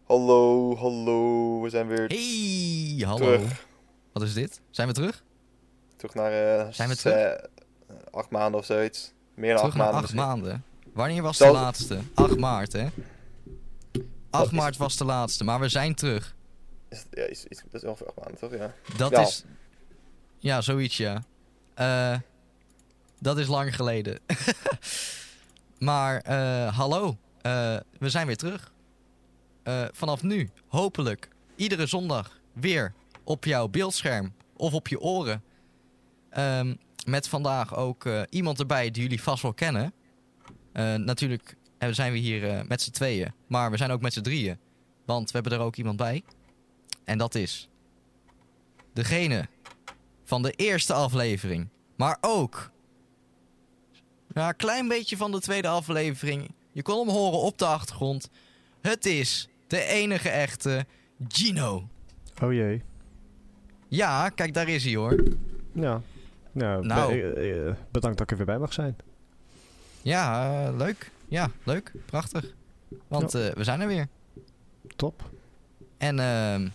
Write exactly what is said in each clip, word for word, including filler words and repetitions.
Hallo, hallo, we zijn weer Hey, hallo. terug. Wat is dit? Zijn we terug? Terug naar uh, Zijn we ze- terug? uh, acht maanden of zoiets. Meer dan Terug acht naar maanden acht misschien. maanden. Wanneer was Zal- de laatste? acht maart, hè? acht is maart het? was de laatste, maar we zijn terug. Is het, ja, iets, iets, dat is ongeveer acht maanden, toch? Ja. Dat Ja. is... Ja, zoiets, ja. Eh, dat is lang geleden. maar, eh, hallo. Eh, we zijn weer terug. Eh, vanaf nu, hopelijk, iedere zondag weer op jouw beeldscherm of op je oren. Ehm, met vandaag ook eh, iemand erbij die jullie vast wel kennen. Eh, natuurlijk eh, zijn we hier eh, met z'n tweeën, maar we zijn ook met z'n drieën. Want we hebben er ook iemand bij. En dat is degene van de eerste aflevering. Maar ook ja, een klein beetje van de tweede aflevering. Je kon hem horen op de achtergrond. Het is de enige echte Gino. Oh jee. Ja, kijk, daar is hij hoor. Ja. Nou, Nou. be- eh, eh, bedankt dat ik er weer bij mag zijn. Ja, eh, leuk. Ja, leuk. Prachtig. Want eh, we zijn er weer. Top. En ehm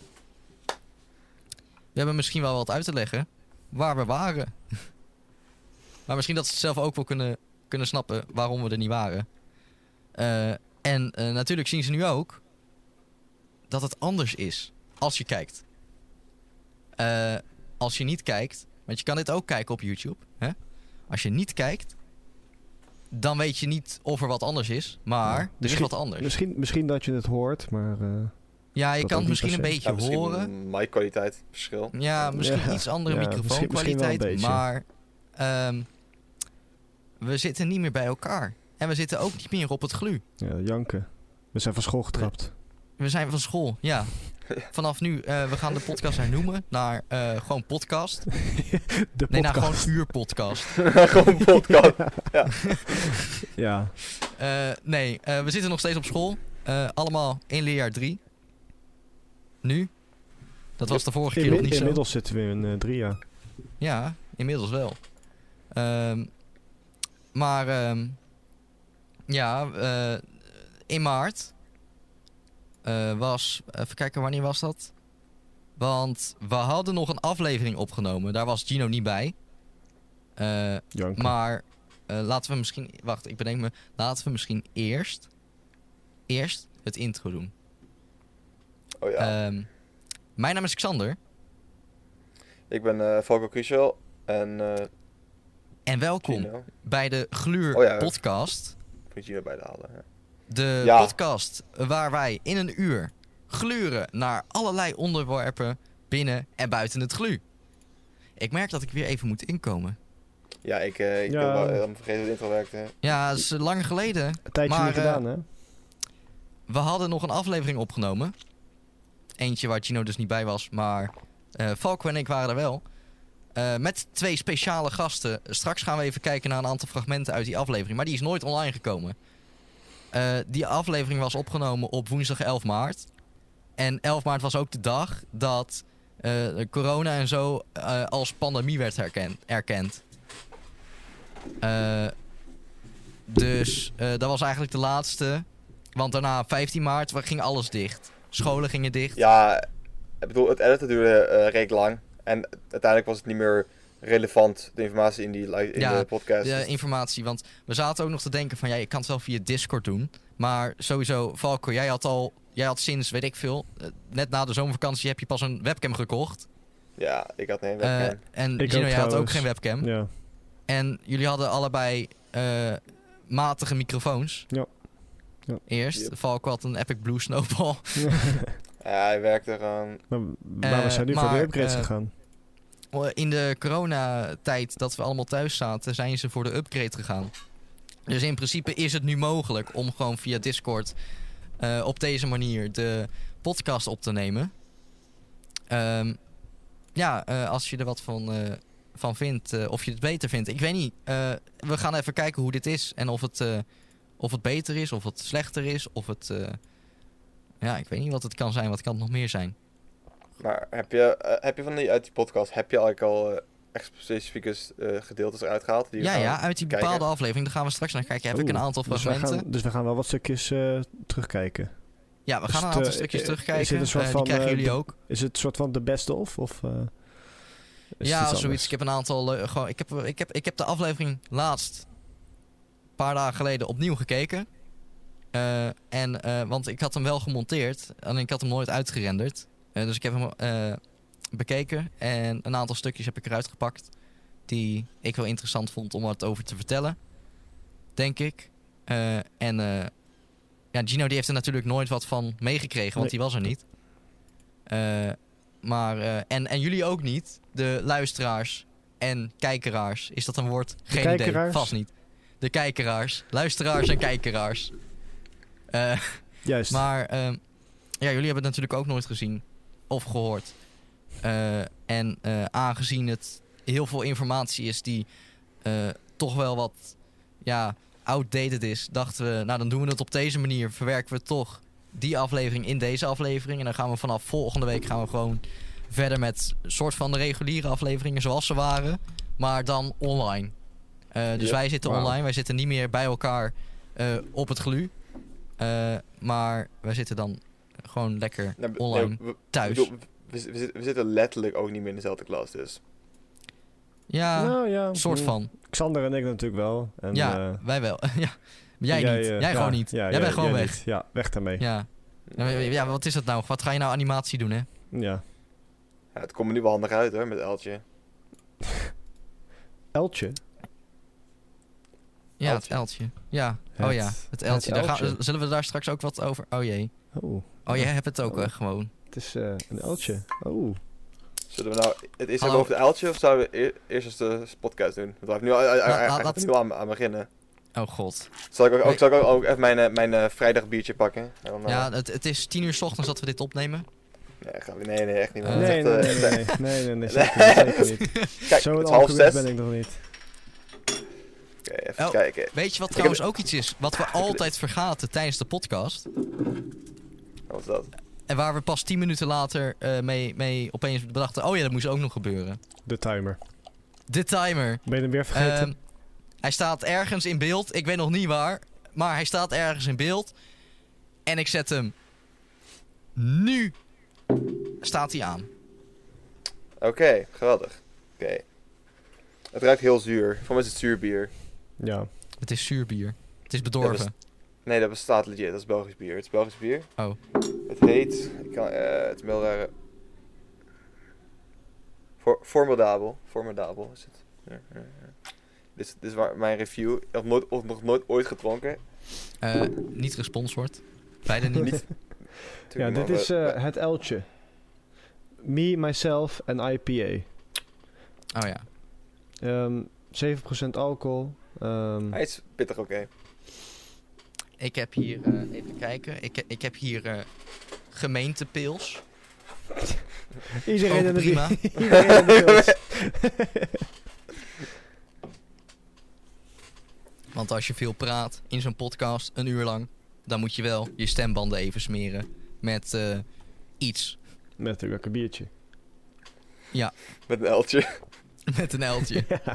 we hebben misschien wel wat uit te leggen waar we waren. Maar misschien dat ze het zelf ook wel kunnen, kunnen snappen waarom we er niet waren. Eh, en eh, natuurlijk zien ze nu ook dat het anders is als je kijkt. Eh, als je niet kijkt, want je kan dit ook kijken op YouTube. Hè? Als je niet kijkt, dan weet je niet of er wat anders is. Maar er is misschien- wat anders. Misschien, misschien dat je het hoort, maar... eh, Ja, je dat kan ook het niet misschien een per se. beetje Ja, misschien horen. mic-kwaliteit verschil. Ja, misschien Ja, iets andere ja, misschien- misschien wel een microfoonkwaliteit. beetje. Maar ehm, we zitten niet meer bij elkaar. En we zitten ook niet meer op het glu. ja, janken. We zijn van school getrapt. We zijn van school, ja. Vanaf nu, eh, we gaan de podcast hernoemen naar eh, gewoon podcast. De Nee, naar podcast. gewoon uur podcast. Gewoon podcast. Ja. Ja. Eh, nee, eh, we zitten nog steeds op school. Eh, allemaal in leerjaar drie. Nu. Dat was de vorige keer Inmi- nog niet zo. inmiddels zitten we in eh, drie jaar. Ja, inmiddels wel. Ehm, maar ehm, ja, eh, in maart eh, was... Even kijken, wanneer was dat? Want we hadden nog een aflevering opgenomen. Daar was Gino niet bij. Eh, Janken. maar eh, laten we misschien... Wacht, ik bedenk me. Laten we misschien eerst... Eerst het intro doen. Oh ja. Ehm, mijn naam is Xander. Ik ben uh, Falco Crucial en uh, En welkom Gino. bij de Gluur Oh ja. podcast. Ik moet Gino bij de halen. Ja. De Ja. podcast waar wij in een uur gluren naar allerlei onderwerpen binnen en buiten het glu. Ik merk dat ik weer even moet inkomen. Ja, ik, uh, ik Ja. heb wel helemaal vergeten hoe het intro werkte. Ja, dat is lang geleden. Een tijdje maar, niet eh, gedaan, hè? We hadden nog een aflevering opgenomen. Eentje waar Gino dus niet bij was, maar eh Falco en ik waren er wel. Eh, met twee speciale gasten. Straks gaan we even kijken naar een aantal fragmenten uit die aflevering. Maar die is nooit online gekomen. Eh, die aflevering was opgenomen op woensdag elf maart. En elf maart was ook de dag dat eh, corona en zo eh, als pandemie werd herkend, erkend. Eh, dus eh, dat was eigenlijk de laatste. Want daarna, vijftien maart, ging alles dicht. Scholen gingen dicht. Ja, ik bedoel, het editen duurde uh, redelijk lang. En uiteindelijk was het niet meer relevant, de informatie in, die, li- in Ja, de podcast. De informatie, want we zaten ook nog te denken van... ja, je kan het wel via Discord doen. Maar sowieso, Falco, jij had al... jij had sinds, weet ik veel... eh, net na de zomervakantie heb je pas een webcam gekocht. Ja, ik had geen Eh, webcam. en Ik Gino, ook jij had ook trouwens. geen webcam. Ja. En jullie hadden allebei eh, matige microfoons. Ja. Ja. Eerst, Yep. Falco had een Epic Blue Snowball. Ja, hij werkte gewoon... maar maar we Eh, zijn nu voor maar, de upgrades eh, gegaan. In de coronatijd dat we allemaal thuis zaten, zijn ze voor de upgrade gegaan. Dus in principe is het nu mogelijk om gewoon via Discord uh, op deze manier de podcast op te nemen. Um, ja, uh, als je er wat van, uh, van vindt, uh, of je het beter vindt. Ik weet niet, uh, we gaan even kijken hoe dit is en of het, uh, of het beter is, of het slechter is, of het... Uh, ja, ik weet niet wat het kan zijn, wat kan het nog meer zijn. Maar heb je, uh, heb je van die, uit die podcast, heb je eigenlijk al uh, echt specifieke uh, gedeeltes eruit gehaald? Die Ja, ja, uit die kijken? bepaalde aflevering, daar gaan we straks naar kijken. Heb Oeh, ik een aantal dus we fragmenten. gaan, dus we gaan wel wat stukjes uh, terugkijken. Ja, we Is gaan een het, aantal eh, stukjes eh, terugkijken. is het een soort Eh, van, die krijgen eh, jullie de- ook. Is het een soort van de beste of? of uh, is Ja, het iets zoiets. anders? Ik heb een aantal... eh, gewoon, ik, heb, ik, heb, ik heb de aflevering laatst, een paar dagen geleden, opnieuw gekeken. Uh, en, uh, want ik had hem wel gemonteerd. En ik had hem nooit uitgerenderd. Uh, dus ik heb hem uh, bekeken. En een aantal stukjes heb ik eruit gepakt. Die ik wel interessant vond om wat over te vertellen. Denk ik. Uh, en uh, ja, Gino die heeft er natuurlijk nooit wat van meegekregen. Want Nee. die was er niet. Uh, maar, uh, en, en jullie ook niet. De luisteraars en kijkeraars. Is dat een woord? Geen idee. kijkeraars? Vast niet. De kijkeraars. Luisteraars en kijkeraars. Uh, Juist. maar uh, ja, jullie hebben het natuurlijk ook nooit gezien of gehoord. Uh, en uh, aangezien het heel veel informatie is die uh, toch wel wat ja, outdated is, dachten we, nou dan doen we het op deze manier. Verwerken we toch die aflevering in deze aflevering. En dan gaan we vanaf volgende week gaan we gewoon verder met een soort van de reguliere afleveringen zoals ze waren. Maar dan online. Uh, dus Yep. wij zitten Wow. online. Wij zitten niet meer bij elkaar uh, op het gelu. Uh, maar wij zitten dan gewoon lekker Nou, online nee, we, thuis. ik bedoel, we, we, zitten- we zitten letterlijk ook niet meer in dezelfde klas, dus. Ja, nou ja. een soort mm, van. Xander en ik natuurlijk wel. En, Ja, eh, wij wel. ja. Jij niet. eh, jij ja, gewoon niet. ja, jij bent gewoon jij weg. niet. Ja, weg daarmee. Ja. Ja, maar- ja, wat is dat nou? Wat ga je nou animatie doen, hè? Ja. Ja, het komt er nu wel handig uit hoor, met Eltje. Eltje. Ja, Eltje. het eltje. Ja. Het- oh ja, het eltje. het Daar gaan- eltje. zullen we daar straks ook wat over... Oh jee. Oh. Oh, jij hebt het ook Oh. eh, gewoon. Het is eh, een eltje. Oh. Zullen we nou het eerst Hallo. hebben over de Eltje of zouden we eer- eerst eens de podcast doen? Want we hebben nu al, La- la- eigenlijk laat- nu al aan, aan beginnen. Oh god. Zal ik ook, ook, Nee. zal ik ook, ook even mijn, eh, mijn eh, vrijdagbiertje pakken? En dan, eh, Ja, het, het is tien uur 's ochtends dat we dit opnemen. nee, gaan we, nee, nee, echt niet. Eh, man. Nee, Het nee, is nee, echt, nee, eh, nee, nee, nee, zeker niet, zeker niet. Kijk, Zo'n het is half alcoholist zes. ben ik nog niet. Oké, even Oh. kijken. Weet je wat Ik trouwens heb- ook iets is? Wat we altijd vergaten tijdens de podcast. Wat was dat? En waar we pas tien minuten later eh, mee, mee opeens bedachten... Oh ja, dat moest ook nog gebeuren. De timer. De timer. Ben je hem weer vergeten? Ehm, hij staat ergens in beeld. Ik weet nog niet waar. Maar hij staat ergens in beeld. En ik zet hem... Nu staat hij aan. Oké, geweldig. Oké. Het ruikt heel zuur. Voor mij is het zuurbier. ja. Het is zuurbier. Het is bedorven. Nee, dat bestaat legit. Dat is Belgisch bier. Het is Belgisch bier. Oh. Het heet... Ik kan, eh, het is wel rare... For, formidabel. Formidabel is het. Ja, ja, ja. Dit, is, dit is waar, mijn review. Ik heb nooit, of nog nooit ooit gedronken. Eh, niet gesponsord. Beide niet. Niet. ja, Tuurlijk, dit maar is we- eh, we- het eltje. Me, myself en I P A. Oh ja. Ehm zeven procent alcohol. Ehm, Hij is pittig oké. Ik heb hier... eh, even kijken. Ik, ik heb hier... eh gemeentepils. iedereen ook in de prima. iedereen in de pils. Want als je veel praat in zo'n podcast, een uur lang... dan moet je wel je stembanden even smeren. Met eh, iets. Met een lekker biertje. Met een Eltje. Met een eltje. Ja.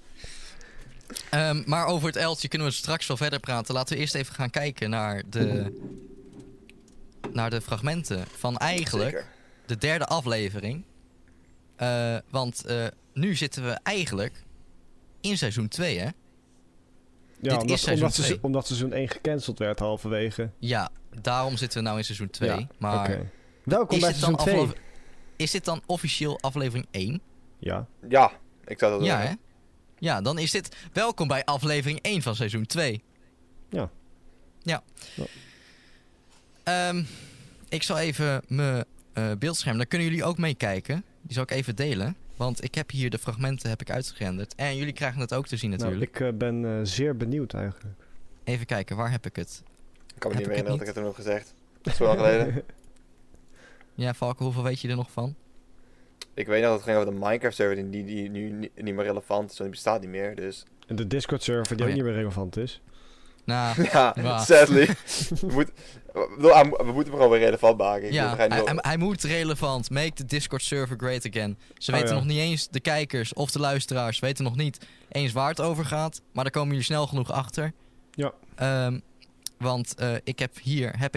Ehm, maar over het eltje kunnen we straks wel verder praten. Laten we eerst even gaan kijken naar de, naar de fragmenten van eigenlijk Zeker. de derde aflevering. Eh, want eh, nu zitten we eigenlijk in seizoen twee, hè? Ja, Dit omdat, is seizoen omdat, seizoen, twee. omdat seizoen één gecanceld werd halverwege. Ja, daarom zitten we nou in seizoen twee. Ja, maar oké. Welkom is, bij dit dan seizoen twee. afle- is dit dan officieel aflevering één? Ja. Ja, ik zou dat Ja, doen. hè? Ja, dan is dit welkom bij aflevering één van seizoen twee. Ja. Ja. Ja. Ehm, ik zal even mijn eh, beeldscherm, daar kunnen jullie ook meekijken. Die zal ik even delen. Want ik heb hier de fragmenten heb ik uitgerenderd. En jullie krijgen het ook te zien Nou, natuurlijk. ik eh, ben eh, zeer benieuwd eigenlijk. Even kijken, waar heb ik het? Ik kan me Heb niet ik meer het herinneren dat ik het toen nog gezegd. Dat is wel lang geleden. Ja, Valken, hoeveel weet je er nog van? Ik weet nog dat het ging over de Minecraft server die, die, die nu niet, niet meer relevant is, want die bestaat niet meer. Dus En de Discord server die Oh, ook ja. niet meer relevant is. Nou, ja, Waar. sadly. we, moet, we, bedoel, hij mo- we moeten hem gewoon weer relevant maken. Ik ja, bedoel, we gaan hij, nu- hij, hij moet relevant. Make the Discord server great again. Ze Oh, weten ja. nog niet eens, de kijkers of de luisteraars weten nog niet eens waar het over gaat. Maar daar komen jullie snel genoeg achter. Ja. Ehm, want eh, ik heb hier heb ik de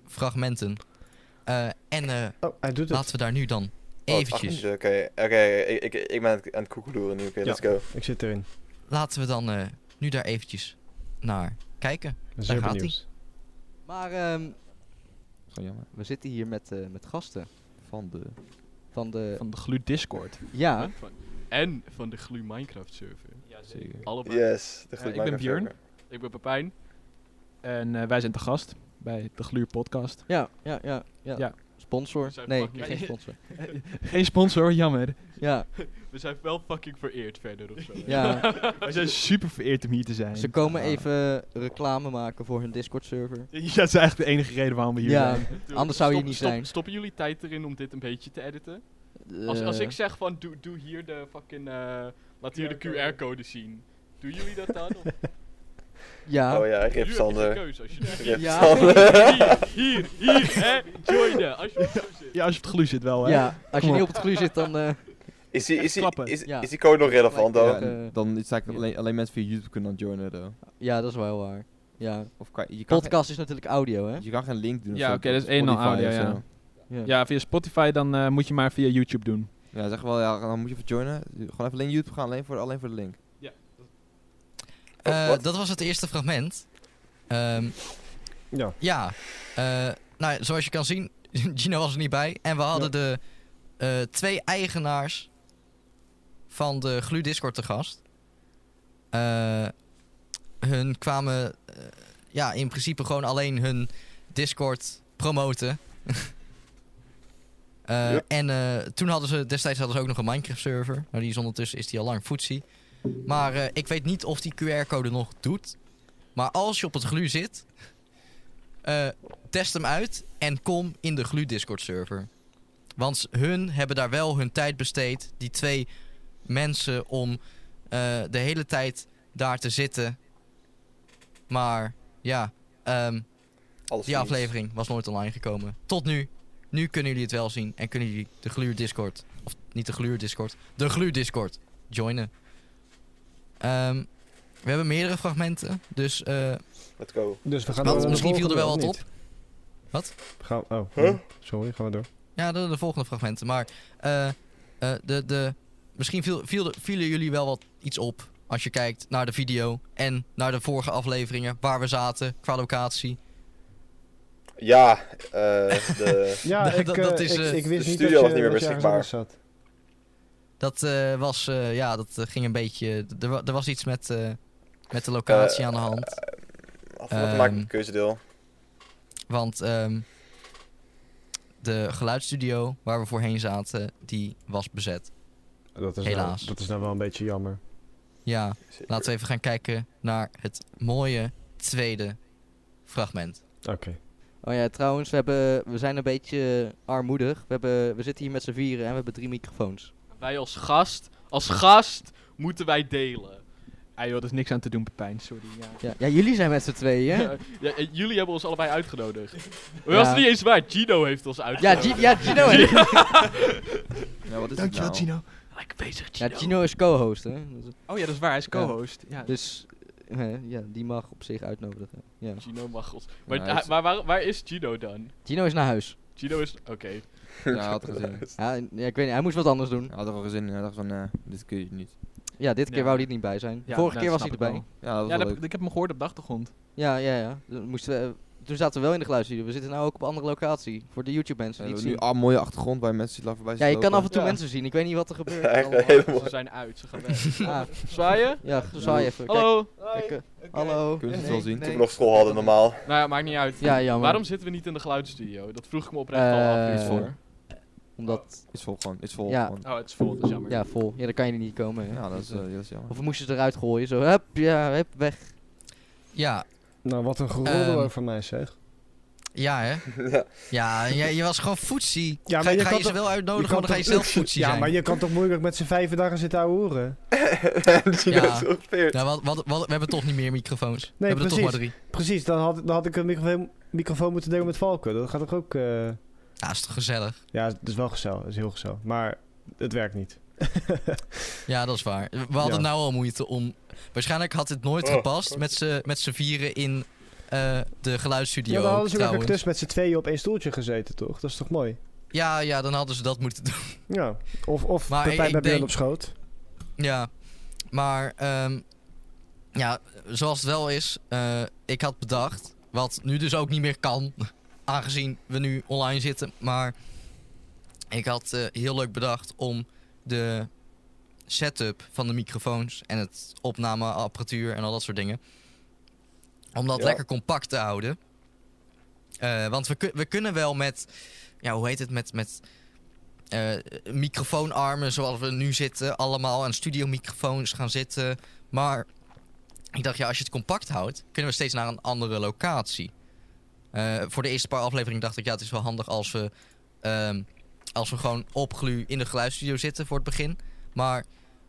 fragmenten. Uh, en uh, oh, hij doet het. laten we daar nu dan Oh, eventjes... Oké, oké, okay. ik, ik, ik ben aan het, aan het koekeloeren nu. Oké, okay, ja, let's go. Ik zit erin. Laten we dan uh, nu daar eventjes naar kijken. Daar Daar gaat benieuwd. Maar um, Gewoon jammer. we zitten hier met, uh, met gasten. Van de... Van de... Van de Glu Discord. Ja. En van, en van de Glu Minecraft server. Ja, Zeker. Allebei. Yes, de Uh, goede ik ben Björn. Ik ben Pepijn. En uh, wij zijn te gast bij de Gluur podcast. Ja, ja, ja. ja. Ja. Sponsor? We zijn Nee, fucking- geen sponsor. Geen sponsor, jammer. Ja, We zijn wel fucking vereerd verder of zo. ja. Wij zijn super vereerd om hier te zijn. Ze komen Ah. even reclame maken voor hun Discord server. Ja, dat is eigenlijk de enige reden waarom we hier Ja. zijn. Doe- Anders zou je stop- niet stop- zijn. Stoppen jullie tijd erin om dit een beetje te editen? Als, Uh, als ik zeg van doe, doe hier de fucking... Uh, laat hier de Q R-code zien. Doen jullie dat dan? Of? Ja. Oh ja, Jullie Rip hebben geen Sander. keuze. Als je er Rip Ja. Sander. hier, hier, hier, hè? Joinen. Als je er zo zit. Ja, als je op het glu zit wel, hè? Ja, als je Kom niet op. op het glu zit, dan... Uh, Is die, is die, Klappen. is, Ja. is die code nog relevant Ja, dan? Ja, en eh, dan is het eigenlijk ja. alleen, alleen mensen via YouTube kunnen dan joinen. Though. ja, dat is wel waar. Ja. Of kan, je, kan Podcast is natuurlijk audio, hè? geen, je kan geen link doen. of Ja, zo, oké, op dat is één en al Spotify audio, of ja. zo. Ja. Ja, via Spotify dan uh, moet je maar via YouTube doen. Ja, zeg wel, ja, dan moet je even joinen. Gewoon even alleen YouTube gaan, alleen voor, alleen voor de link. Uh, Wat? dat was het eerste fragment. Um, Ja. ja, uh, nou, zoals je kan zien, Gino was er niet bij. En we hadden de uh, twee eigenaars van de Glu Discord te gast. Uh, hun kwamen uh, ja, in principe gewoon alleen hun Discord promoten. uh, Yep. En uh, toen hadden ze, destijds hadden ze ook nog een Minecraft server. Nou, die is ondertussen is die al lang footsie. Maar uh, ik weet niet of die Q R-code nog doet. Maar als je op het Glu zit, uh, test hem uit en kom in de Glu Discord server. Want hun hebben daar wel hun tijd besteed, die twee mensen, om uh, de hele tijd daar te zitten. Maar ja, um, Alles die fiets. aflevering was nooit online gekomen. Tot nu. Nu kunnen jullie het wel zien en kunnen jullie de Gluur Discord, of niet de Gluur Discord, de Gluur Discord joinen. Um, we hebben meerdere fragmenten, dus uh, Let's go. Dus we gaan Want door naar de misschien viel er wel volgende, wat of op. niet? Wat? We gaan, oh, Huh? nee. Sorry, gaan we door. Ja, de, de volgende fragmenten. Maar uh, uh, de, de, misschien viel, viel de, vielen jullie wel wat iets op als je kijkt naar de video en naar de vorige afleveringen waar we zaten qua locatie. Ja, uh, de... Ja, Dat- ik, dat- eh, dat is, ik, eh, ik wist de niet studio dat was je, niet meer dat je ergens beschikbaar. anders zat. Dat uh, was, uh, ja, dat uh, ging een beetje. Er, wa- er was iets met, uh, met de locatie Uh, aan de hand. Had wat te maken met Ehm, het keuzedeel. Want um, de geluidsstudio waar we voorheen zaten, die was bezet. Dat is Helaas. Nou, dat is nou wel een beetje jammer. Ja, laten we even gaan kijken naar het mooie tweede fragment. Oké. Oh ja, trouwens, we, hebben, we zijn een beetje armoedig. We, hebben, we zitten hier met z'n vieren en we hebben drie microfoons. Wij als gast, als gast moeten wij delen. Ah joh, er is niks aan te doen, Pepijn, sorry. Ja. Ja, ja jullie zijn met z'n tweeën, hè? Ja, ja, en jullie hebben ons allebei uitgenodigd. Maar Ja. dat is niet eens waar, Gino heeft ons Ja, uitgenodigd. Gi- ja, Gino, heeft- Ja, wat is Dankjewel, het nou? Gino. Lekker bezig, ja, Gino is co-host, hè? Dus, Oh ja, dat is waar, hij is co-host. Ja. dus eh, ja, die mag op zich uitnodigen. Ja. Gino mag ons. Maar, Ja, hij- hij is- maar waar, waar is Gino dan? Gino is naar huis. Gino is... Oké. Ja, hij had er geen zin in. Ja, en- ja, ik weet niet, hij moest wat anders doen. Hij had er wel geen zin in. Hij dacht van, eh, dit kun je niet. Ja, dit keer Ja. wou hij er niet bij zijn. Ja, Vorige dat keer was hij snap ik erbij. wel. Ja, dat was Ja, wel dat, leuk. ik heb hem gehoord op de achtergrond. Ja, ja, ja. Dan moesten we, toen zaten we wel in de geluidsstudio. We zitten nu ook op een andere locatie. Voor de YouTube mensen We die het hebben nu zien. al een mooie achtergrond waar je mensen ziet voorbij Ja, je kan af en toe Ja. mensen zien. Ik weet niet wat er gebeurt. Eigenlijk allemaal. helemaal. Ze zijn uit, ze gaan weg. Ah, Zwaaien? ja, zwaai even. Kijk, Hallo? kijk, eh, hallo. Kun je het wel zien? Toen we nog school hadden normaal. Nou ja, maakt niet uit. Ja, jammer. Waarom zitten we niet in de geluidsstudio? Dat vroeg ik me oprecht al af. Eh, Iets voor. Omdat, Is vol gewoon, is vol Ja. gewoon. Oh, het is vol, dat is jammer. ja, vol. Ja, dan kan je er niet komen. hè. Ja, dat is, eh, dat is jammer. Of we moesten ze eruit gooien. Zo, hup, ja, hup, weg. Ja, Nou, wat een geroddel Ehm, over mij, zeg. ja hè? Ja. Ja, je, je was gewoon footsie. Ja, ga maar je ga kan je ze toch- wel Je uitnodigen, kan want dan ga je toch- zelf footsie Ja, zijn. maar je kan toch moeilijk met z'n vijven dagen zitten ouwehoeren? Gino Ja. is zo gepeerd. Nou, wat, wat, wat, we hebben toch niet meer microfoons. we hebben er toch precies. maar drie. Precies, dan had, dan had ik een microfoon, microfoon moeten delen met Valken. Dat gaat toch ook... eh, Ja, is toch gezellig? Ja, het is wel gezellig. Het is heel gezellig. Maar het werkt niet. Ja, dat is waar. We hadden Ja. nou al moeite om... Waarschijnlijk had het nooit Oh, gepast god. met z'n met z'n vieren in uh, de geluidsstudio. Ja, dan hadden ze ook, lekker dus met z'n tweeën op één stoeltje gezeten, toch? Dat is toch mooi? Ja, ja, dan hadden ze dat moeten doen. Ja, of, of Maar Pepijn ik bij Björn denk- op schoot. Ja, maar um, ja, zoals het wel is, uh, ik had bedacht, wat nu dus ook niet meer kan, aangezien we nu online zitten, maar ik had uh, heel leuk bedacht om de setup van de microfoons en het opnameapparatuur en al dat soort dingen, om dat Ja. lekker compact te houden. Uh, want we, ku- we kunnen wel met, ja, hoe heet het, met... met Uh, microfoonarmen zoals we nu zitten, allemaal aan studiomicrofoons gaan zitten. Maar ik dacht, ja, als je het compact houdt, kunnen we steeds naar een andere locatie. Uh, voor de eerste paar afleveringen dacht ik, ja, het is wel handig als we, um, als we gewoon op Glu in de geluidsstudio zitten voor het begin. Maar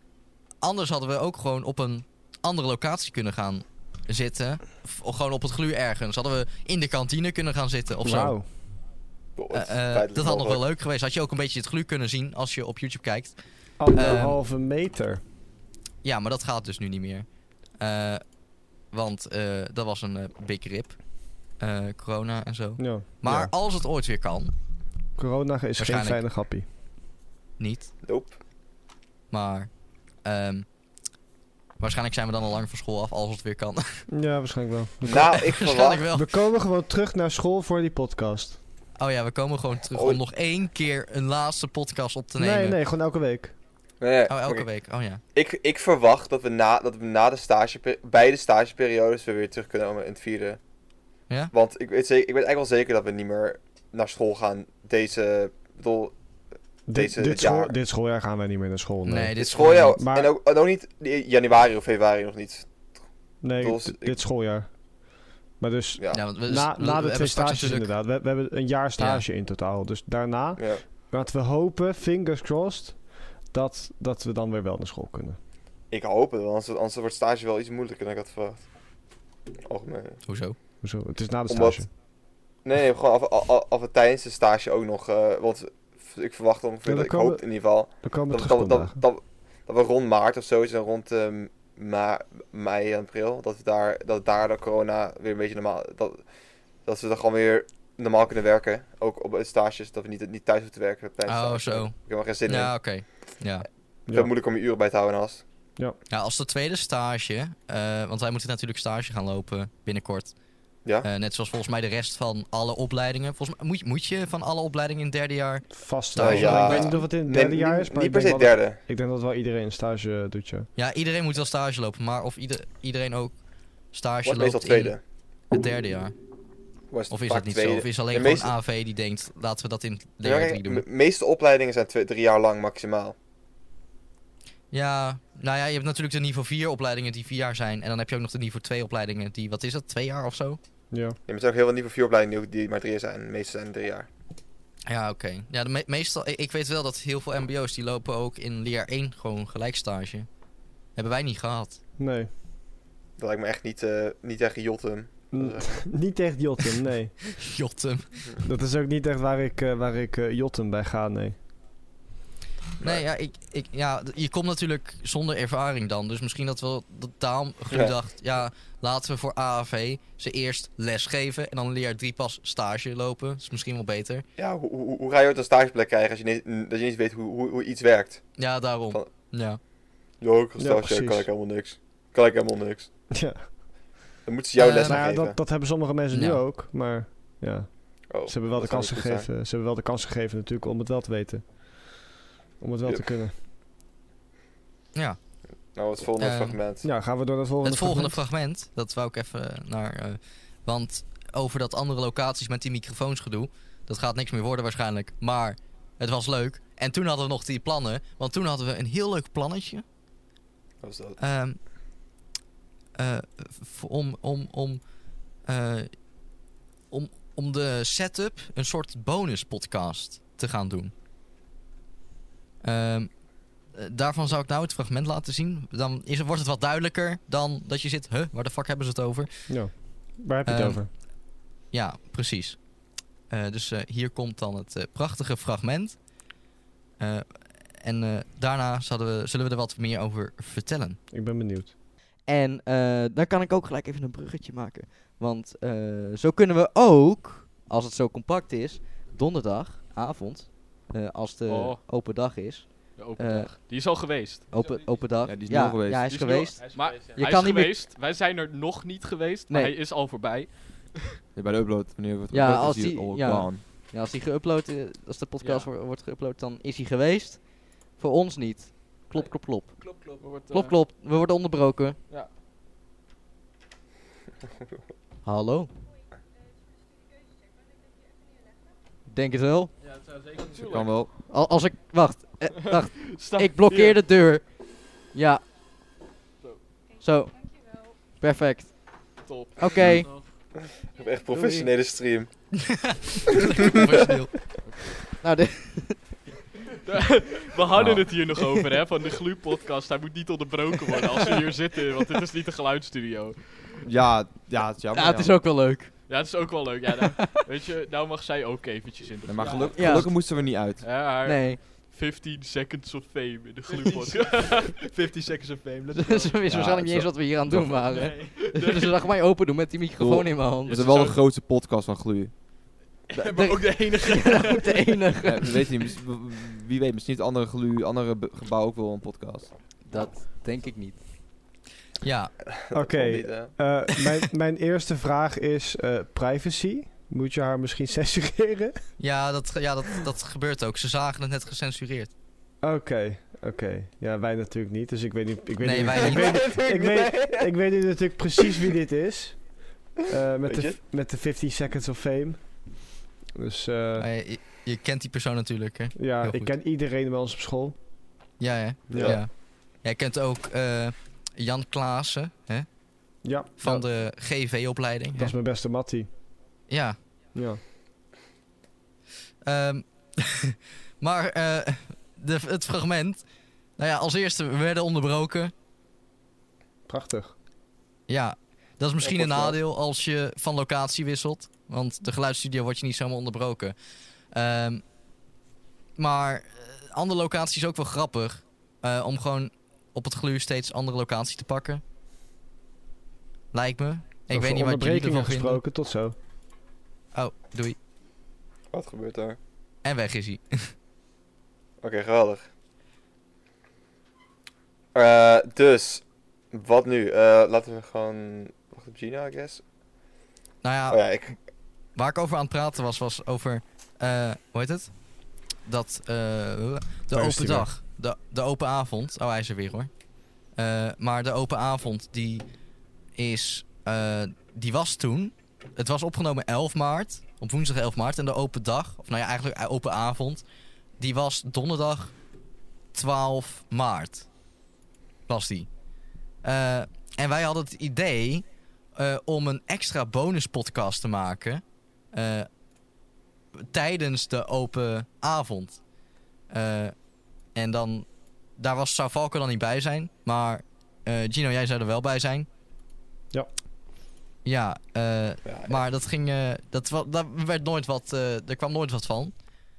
anders hadden we ook gewoon op een andere locatie kunnen gaan zitten. Of gewoon op het Glu ergens. Hadden we in de kantine kunnen gaan zitten of zo. Wauw. Boah, Uh, het is uh, feitelijk dat had nog wel mogelijk. leuk geweest. Had je ook een beetje het Glu kunnen zien als je op YouTube kijkt. Anderhalve meter. Ja, maar dat gaat dus nu niet meer. Uh, want uh, dat was een uh, big rip. Uh, corona en zo. Ja. Maar ja. als het ooit weer kan, Corona is geen Waarschijnlijk. fijne grappie. niet. Nope. Maar um, waarschijnlijk zijn we dan al lang van school af als het weer kan. Ja, waarschijnlijk wel. We, Nou, ik waarschijnlijk verwacht... wel. we komen gewoon terug naar school voor die podcast. Oh ja, we komen gewoon terug Oh. om nog één keer een laatste podcast op te nemen. Nee, nee, gewoon elke week. Nee, Oh, elke oké. week. Oh ja. Ik, ik verwacht dat we na, dat we na de stage, beide stageperiodes we weer terug kunnen komen in het vierde. Ja? Want ik weet, zeker, ik weet eigenlijk wel zeker dat we niet meer naar school gaan deze... Ik bedoel, Deze- dit, dit dit, school, jaar. dit schooljaar gaan wij niet meer naar school. Nee, Nee, dit dit schooljaar... gewoon niet. Maar- En ook, en ook niet januari of februari nog niet. nee bedoel, d- ik- dit schooljaar. Maar dus Ja. Ja, want we, na, we- na we de twee hebben straks stages natuurlijk- inderdaad. We, we hebben een jaar stage in totaal. Dus daarna Ja. laten we hopen, fingers crossed, dat, dat we dan weer wel naar school kunnen. Ik hoop het, want anders, anders wordt stage wel iets moeilijker dan ik had verwacht. Algemeen. Hoezo? Hoezo? Het is na de Omdat- stage. Nee, nee, gewoon af, af, af en tijdens de stage ook nog. Uh, want ik verwacht ongeveer, Ja, dan dat, ik komen hoop in ieder geval, Dan komen we dat, terug dat, op dat, dat, dat we rond maart of zoiets, en rond um, ma mei en april, dat we daar, dat daar de corona weer een beetje normaal, dat, dat we dan gewoon weer normaal kunnen werken. Ook op de stages, dat we niet, niet thuis moeten werken tijdens de Oh, stage. zo. Ik heb er geen zin Ja, in. oké. Ja. Het is moeilijk om je uren bij te houden haast. Ja, als de tweede stage, uh, want wij moeten natuurlijk stage gaan lopen binnenkort. Ja? Uh, net zoals volgens mij de rest van alle opleidingen. Volgens mij moet je, moet je van alle opleidingen in het derde jaar. Vast Nou, stage. ja. Ik weet niet of het in het Nee, derde jaar is, niet, maar niet ik per se denk, wel derde. dat, ik denk dat wel iedereen een stage doet, ja. Ja, iedereen moet wel stage lopen, maar of ieder, iedereen ook stage Wordt loopt meestal tweede. in het derde jaar. Was het Of is vaak dat niet tweede. zo? Of is alleen De gewoon meeste- A V die denkt, laten we dat in het Ja, jaar kijk, drie doen. de meeste opleidingen zijn twee, drie jaar lang maximaal. Ja, nou ja, je hebt natuurlijk de niveau vier opleidingen die vier jaar zijn. En dan heb je ook nog de niveau twee opleidingen die, wat is dat, twee jaar of zo? Ja. Je hebt ook heel veel niveau vier opleidingen die, die maar drie jaar zijn. De meeste zijn drie jaar. Ja, oké. Okay. Ja, de me meestal, ik, ik weet wel dat heel veel mbo's die lopen ook in leer één gewoon gelijk stage. Hebben wij niet gehad. Nee. Dat lijkt me echt niet, uh, niet echt jotten. N- niet echt Jotten, nee. Jotten. Dat is ook niet echt waar ik, uh, waar ik uh, Jotten bij ga, nee. Nee, ja, ik, ik, ja, je komt natuurlijk zonder ervaring dan. Dus misschien dat we dat daarom Ja. dacht, ja, laten we voor A A V ze eerst les geven en dan leer drie pas stage lopen. Dat is misschien wel beter. Ja, hoe, hoe, hoe ga je ooit een stageplek krijgen als je niet, dat je niet weet hoe, hoe, hoe iets werkt? Ja, daarom. Van- Ja. Ja, ik ga Ja, stage, precies. kan ik helemaal niks. Kan ik helemaal niks. Ja. Dan moeten ze jouw Eh, les Nou ja, geven. dat, dat hebben sommige mensen nu Ja. ook, maar ja. Oh, Ze hebben wel de dat zou kans niet goed zijn. gegeven. Ze hebben wel de kans gegeven natuurlijk om het wel te weten. Om het wel Yep. te kunnen. Ja. Nou, het volgende Eh, fragment. Ja, gaan we door naar het volgende Het volgende fragment? fragment, dat wou ik even naar... Uh, want over dat andere locaties met die microfoons gedoe, dat gaat niks meer worden waarschijnlijk. Maar het was leuk. En toen hadden we nog die plannen. Want toen hadden we een heel leuk plannetje. Wat was dat? Um, uh, v- om, om, om, uh, om, om de setup een soort bonus podcast te gaan doen. Um, uh, daarvan zou ik nou het fragment laten zien. Dan is het, wordt het wat duidelijker dan dat je zit... Huh, waar de fuck hebben ze het over? Ja. Waar heb je het Ehm, over? Ja, precies. Uh, dus uh, hier komt dan het uh, prachtige fragment. Uh, en uh, daarna zullen we, zullen we er wat meer over vertellen. Ik ben benieuwd. En uh, dan kan ik ook gelijk even een bruggetje maken. Want uh, zo kunnen we ook, als het zo compact is, donderdagavond, uh, als de Oh. open dag is. De open Uh, dag. Die is al geweest. Open, open dag. Ja, die is ja, nul geweest. Ja, hij is Die is nul- geweest. Hij is maar Je hij kan is niet meer- geweest. Wij zijn er nog niet geweest, maar Nee. hij is al voorbij. Ja, bij de upload, wanneer wordt Ja, upload, als is die die- al ja. gone. Ja, als die geüpload, uh, als de podcast Ja. wo- wordt geüpload, dan is hij geweest. Voor ons niet. Klop, klop, klop. Klop, klop. Wordt, uh, Klop, klop. We worden onderbroken. Ja. Hallo? Denk het wel. Ja, het zou zeker Dat kan wel. Al, als ik... Wacht. Eh, wacht. Sta- Ik blokkeer hier. de deur. Ja. Zo. Zo. Perfect. Top. Oké. Ik heb echt professionele stream. Professioneel. Nou, de, We hadden Nou. het hier nog over, hè, van de Glu-podcast. Hij moet niet onderbroken worden als we hier zitten, want dit is niet een geluidsstudio. Ja, ja, het is jammer. ja, het is ook wel leuk. Ja, het is ook wel leuk. Ja, nou, weet je, nou mag zij ook eventjes in de Nee, maar Ja. geluk, Ja. gelukkig moesten we niet uit. Ja, haar Nee. fifteen seconds of fame in de Glu-podcast. fifty seconds of fame, let's Ze go. wist waarschijnlijk niet eens wat we hier aan het doen Toch. waren. Dus ze zag mij open doen met die microfoon in mijn We hand. Ja, zijn ze wel de zou- grootste podcast van Gloei. Ja, maar ook de enige. Ja, ook de enige. Ja, we weten niet, mis- w- wie weet, misschien het andere Gloei, andere be- gebouw ook wel een podcast. Dat denk ik niet. Ja, Dat Oké. kon niet, hè. Eh, mijn, mijn eerste vraag is eh, privacy. Moet je haar misschien censureren? ja, dat, ge- ja dat, dat gebeurt ook. Ze zagen het net gecensureerd. Oké, oké. Ja, wij natuurlijk niet, dus ik weet niet... Ik weet Nee, niet wij ik niet. Weet, ik, weet, ik weet nu natuurlijk precies wie dit is. Eh, met, Weet de, je? f- met de fifty seconds of fame. Dus eh, Maar je, je- je kent die persoon natuurlijk, hè? ja, heel ik goed. ken iedereen bij ons op school. Ja, hè? Ja. Ja. Jij kent ook eh, Jan Klaassen, hè? Ja, Van ja, de G V-opleiding. dat is mijn beste mattie. Ja. Ja. Ehm, maar eh, de, het fragment... Nou ja, als eerste, we werden onderbroken. Prachtig. Ja, dat is misschien Ja, een klopt wel. nadeel als je van locatie wisselt. Want de geluidsstudio wordt je niet zomaar onderbroken. Ehm, maar eh, andere locatie is ook wel grappig. eh, om gewoon op het gluur steeds andere locatie te pakken. Lijkt me. Ik Over weet niet wat jullie onderbrekingen ervan vinden. gesproken, tot zo. Oh, doei. Wat gebeurt er? En weg is hij. Oké, geweldig. Eh, dus, wat nu? Eh, laten we gewoon... Wacht op Gina, I guess. Nou ja, Oh ja, ik... waar ik over aan het praten was, was over... eh, hoe heet het? Dat, eh, de Waar is open die dag. De, de open avond. Oh, hij is er weer hoor. Eh, maar de open avond, die is... eh, die was toen... Het was opgenomen elf maart. Op woensdag elf maart. En de open dag, of nou ja, eigenlijk eh, open avond... Die was donderdag twaalf maart. Was die. Eh, en wij hadden het idee... eh, om een extra bonuspodcast te maken... eh, tijdens de open avond. Eh, en dan... Daar was, zou Falco dan niet bij zijn. Maar eh, Gino, jij zou er wel bij zijn. Ja. Ja, eh, Ja, maar dat ging... eh, dat, wa- daar werd nooit wat... eh, er kwam nooit wat van.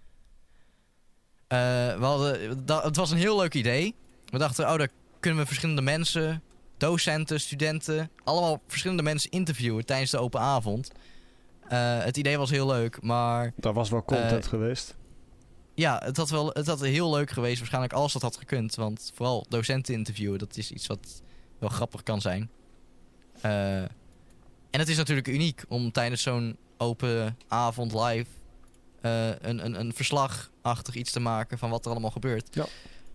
Eh, we hadden, da- het was een heel leuk idee. We dachten, oh, daar kunnen we verschillende mensen... docenten, studenten... allemaal verschillende mensen interviewen tijdens de open avond. Eh, het idee was heel leuk, maar... Dat was wel content Eh, geweest. Ja, het had wel het had heel leuk geweest waarschijnlijk als dat had gekund. Want vooral docenten interviewen, dat is iets wat wel grappig kan zijn. Eh, en het is natuurlijk uniek om tijdens zo'n open avond live... eh, een, een, een verslagachtig iets te maken van wat er allemaal gebeurt. Ja.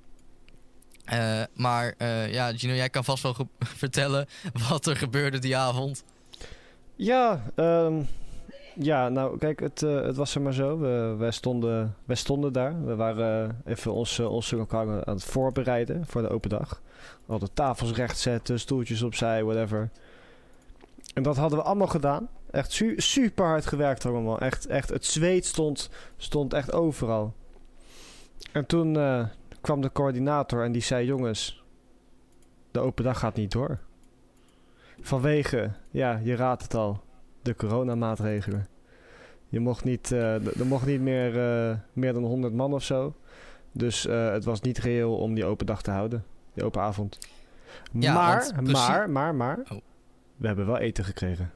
Eh, maar eh, ja, Gino, jij kan vast wel ge- vertellen wat er gebeurde die avond. Ja, ehm, ja, nou kijk, het, eh, het was er maar zo. We, wij, stonden, wij stonden daar. We waren eh, even onze, onze lokaal aan het voorbereiden voor de open dag. We hadden tafels rechtzetten, stoeltjes opzij, whatever. En dat hadden we allemaal gedaan. Echt su- super hard gewerkt allemaal. Echt, echt, het zweet stond, stond echt overal. En toen eh, kwam de coördinator en die zei... Jongens, de open dag gaat niet door. Vanwege, ja, je raadt het al, de coronamaatregelen. Je mocht niet, eh, d- er mocht niet meer, eh, meer dan honderd man of zo. Dus eh, het was niet reëel om die open dag te houden. Die open avond. Ja, maar, want precies- maar, maar, maar... Oh. We hebben wel eten gekregen.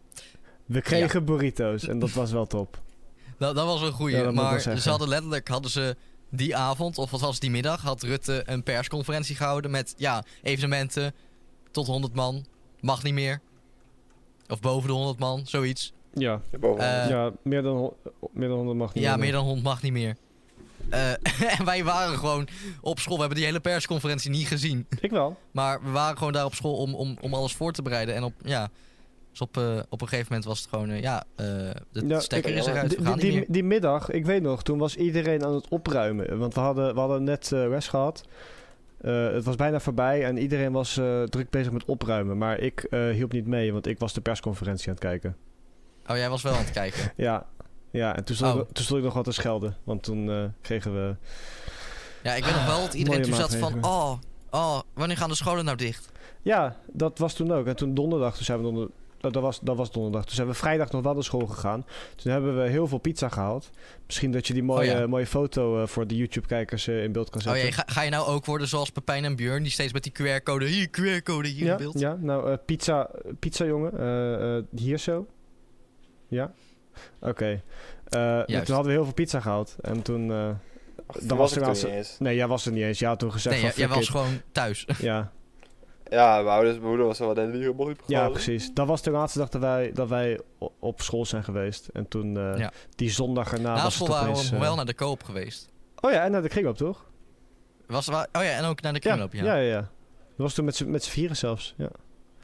We kregen burrito's en dat was wel top. Dat, dat was een goeie. Ja, dat moet ik wel maar zeggen. ze hadden letterlijk, hadden ze die avond, of wat was het, die middag, had Rutte een persconferentie gehouden met, ja, evenementen tot honderd man. Mag niet meer. Of boven de honderd man, zoiets. Ja, Boven. Eh, ja meer, dan, ho- meer dan honderd mag niet. Ja, meer. meer dan honderd mag niet meer. Eh, en wij waren gewoon op school. We hebben die hele persconferentie niet gezien. Ik wel. Maar we waren gewoon daar op school om, om, om alles voor te bereiden. En op, ja, dus op, eh, op een gegeven moment was het gewoon, eh, ja, eh, de Ja, stekker ik- is eruit, Die, we gaan die, niet die, meer. die middag, ik weet nog, toen was iedereen aan het opruimen. Want we hadden, we hadden net eh les gehad. Eh, het was bijna voorbij en iedereen was eh, druk bezig met opruimen. Maar ik eh, hielp niet mee, want ik was de persconferentie aan het kijken. Oh, jij was wel aan het kijken. Ja, ja en toen stond, Oh. ik, toen stond ik nog wat te schelden. Want toen eh, kregen we... Ja, ik weet nog wel dat iedereen Mooie toen zat van, maatregelen. oh, oh, wanneer gaan de scholen nou dicht? Ja, dat was toen ook. En toen donderdag, toen zijn we donder... oh, dat, was, dat was donderdag. Toen zijn we vrijdag nog wel naar school gegaan. Toen hebben we heel veel pizza gehaald. Misschien dat je die mooie, Oh ja. mooie foto eh, voor de YouTube-kijkers eh, in beeld kan Oh zetten. ja, ga, ga je nou ook worden zoals Pepijn en Björn, die steeds met die Q R-code, hier, Q R-code, hier ja, in beeld? ja, nou, eh, pizza, pizza jongen. eh, eh, hier zo. Ja? Oké. Eh, nou, toen hadden we heel veel pizza gehaald. En toen... eh, Ach, dat toen was was ik er toen aan- niet eens. nee, jij was er niet eens. Ja, toen gezegd Nee, van... jij, jij fuck was it. gewoon thuis. Ja, Ja, mijn ouders, mijn moeder was er wel de hele mooi ja, precies. Dat was de laatste dag dat wij, dat wij o- op school zijn geweest. En toen, eh, Ja. die zondag erna Na was school het waren opeens... we eh, wel naar de koop geweest. Oh ja, en naar de kringloop, toch? Was, wa- oh ja, en ook naar de kringloop, ja. Ja, ja, ja. Dat was toen met z'n met z'n vieren zelfs, ja.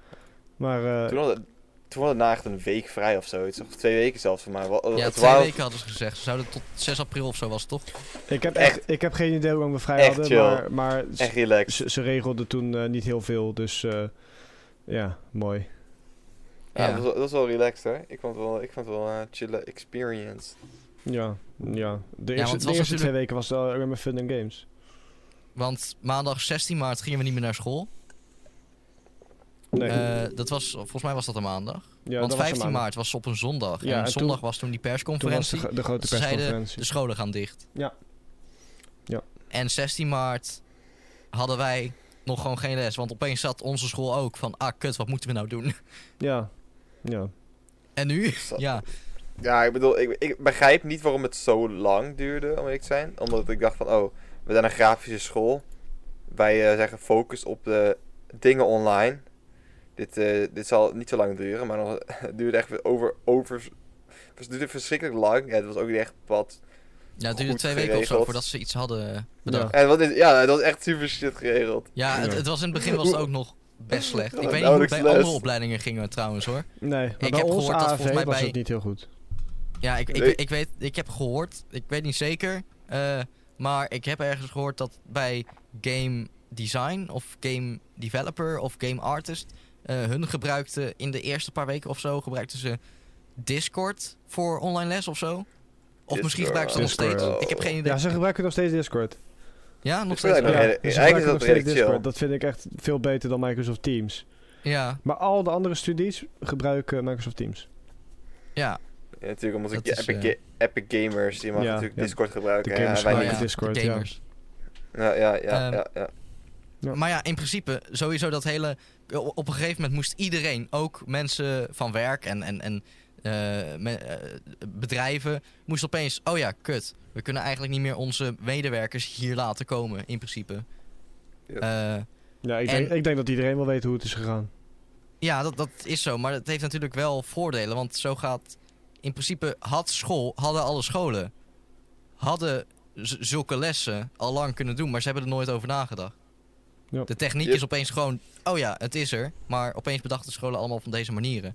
Maar, eh, Toen hadden toen hadden we na echt een week vrij of zoiets. Of twee weken zelfs voor mij. Wel- Ja, het twee waren- weken hadden ze gezegd. Ze zouden tot zes april of zo was het, toch? ik, heb echt- echt, ik heb geen idee hoe lang we vrij echt hadden, chill. maar, maar z- Echt relaxed. ze, ze regelden toen eh, niet heel veel, dus eh, ja, mooi. Ja, Ja. Dat, was, dat was wel relaxed hoor. Ik vond het wel, ik vond het wel een chille experience. Ja, ja. De want eerste, het de was eerste twee natuurlijk- weken was het alleen maar fun en games. Want maandag zestien maart gingen we niet meer naar school. Nee, Eh, dat was, volgens mij was dat een maandag. ja, Want dat was vijftien een maand. maart was op een zondag. Ja, en en zondag toen- was toen die Toen was persconferentie. de, gro- de grote Ze zeiden, persconferentie. de scholen gaan dicht. Ja. Ja. En zestien maart hadden wij nog gewoon geen les. Want opeens zat onze school ook van, ah kut, wat moeten we nou doen? Ja, ja. En nu? Zo. Ja, Ja, ik bedoel, ik, ik begrijp niet waarom het zo lang duurde, om eerlijk te zijn. Omdat ik dacht van, oh, we zijn een grafische school. Wij eh, zeggen focus op de dingen online. Dit, eh, dit zal niet zo lang duren, maar nog, het duurde echt over, over... Het duurde verschrikkelijk lang. Ja, het was ook niet echt wat... ja het duurde Goed twee weken of zo geregeld. voordat ze iets hadden eh, bedacht. En wat is, ja, dat was echt super shit geregeld. Ja, het, Ja. het was in het begin was het ook nog best slecht. Ik Ja, weet niet hoe het bij nauwelijks andere les. opleidingen ging trouwens hoor. Nee, maar Ik bij heb ons gehoord dat A A V volgens mij was bij- het niet heel goed. Ja, ik, ik, Nee. ik weet, ik heb gehoord, ik weet niet zeker, eh, maar ik heb ergens gehoord dat bij game design of game developer of game artist, eh, hun gebruikten in de eerste paar weken of zo, gebruikten ze Discord voor online les of zo. Of misschien Discord. gebruiken ze nog Discord. steeds. Ik heb geen idee. Ja, ze gebruiken nog steeds Discord. Ja, nog Ik steeds. vind Oh, dat ja. nog Ja, redelijk- ze eigenlijk gebruiken is nog dat steeds redelijk Discord. chill. Dat vind ik echt veel beter dan Microsoft Teams. Ja, Maar al de andere studies gebruiken Microsoft Teams. ja. Ja, natuurlijk, omdat ik Dat is, Epic, eh, Ga- Epic Gamers, die mag Ja, natuurlijk ja. Discord gebruiken. De Ja, gamers wij Oh, niet. gebruiken ja, Discord, de ja. gamers. Ja, ja, ja, Ehm, ja, ja. Ja. Maar ja, in principe, sowieso dat hele... Op een gegeven moment moest iedereen, ook mensen van werk en, en, en eh, me- eh, bedrijven, moest opeens... Oh ja, kut. We kunnen eigenlijk niet meer onze medewerkers hier laten komen, in principe. Ja. Eh, Ja, ik, En- denk, ik denk dat iedereen wel weet hoe het is gegaan. ja, dat, dat is zo. Maar het heeft natuurlijk wel voordelen. Want zo gaat... In principe had school, hadden alle scholen... hadden z- zulke lessen al lang kunnen doen. Maar ze hebben er nooit over nagedacht. Ja. De techniek Yep. is opeens gewoon... Oh ja, het is er. Maar opeens bedachten scholen allemaal van deze manieren.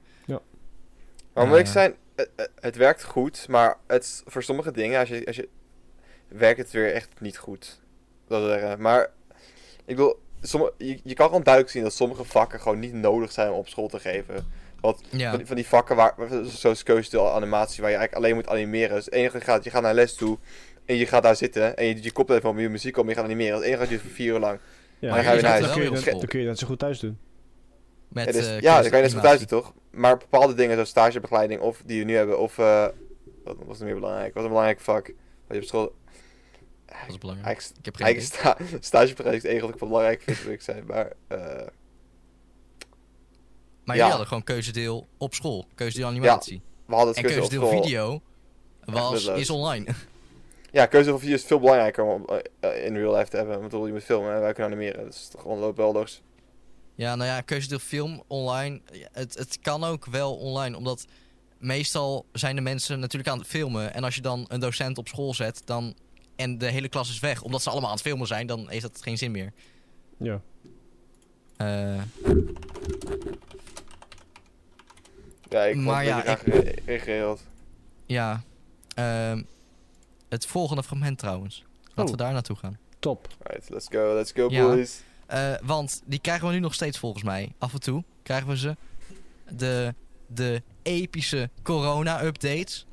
Maar moet ik Eh. zijn, het, het werkt goed, maar het, is- voor sommige dingen, als je, als je, werkt het weer echt niet goed. Dat wil zeggen. Maar, ik bedoel, sommige, je, je kan gewoon duidelijk zien dat sommige vakken gewoon niet nodig zijn om op school te geven. Want Ja. van, die, van die vakken, waar, waar- zoals keuzedeel animatie, waar je eigenlijk alleen moet animeren. Dus het enige wat je gaat, je gaat naar les toe en je gaat daar zitten en je doet je koptelefoon op je muziek op en je gaat animeren. Het enige wat je doet voor vier uur lang. Ja, Maar dan ga je dan, naar dan, huis. kun je, Wel dat- heel dan kun je dat zo goed thuis doen. Met, Ja, dus- eh, ja, dan kan je net zo goed thuis doen, kunstanimatie. toch? Maar bepaalde dingen, zoals stagebegeleiding of die we nu hebben, of... eh wat was er meer belangrijk? Wat een belangrijk vak? Wat je op school... Dat is belangrijk. Eigenlijk, Ik heb geen idee. eigenlijk sta, stagebereid is het enige wat ik wel belangrijk vind, wil ik zijn. Maar, eh Maar ja. jullie hadden gewoon keuzedeel op school. Keuzedeel animatie. we hadden het en keuze op keuzedeel school. video was, nutteloos. is online. Ja, keuze van video is veel belangrijker om uh, in real life te hebben. Ik bedoel, je moet filmen en wij kunnen animeren. Dat is toch gewoon loop wel los. Ja, nou ja, keuzedeel film online. Ja, Het, het kan ook wel online, omdat meestal zijn de mensen natuurlijk aan het filmen. En als je dan een docent op school zet dan, en de hele klas is weg, omdat ze allemaal aan het filmen zijn, dan heeft dat geen zin meer. Ja. Eh, Ja, ik vond Maar het ja, een beetje graag gere- geregeld. ja, ehm, het volgende fragment trouwens. Laten Oh. we daar naartoe gaan. Top. Alright, let's go, let's go Ja. boys. Eh, want die krijgen we nu nog steeds volgens mij. Af en toe krijgen we ze. De, de epische corona-updates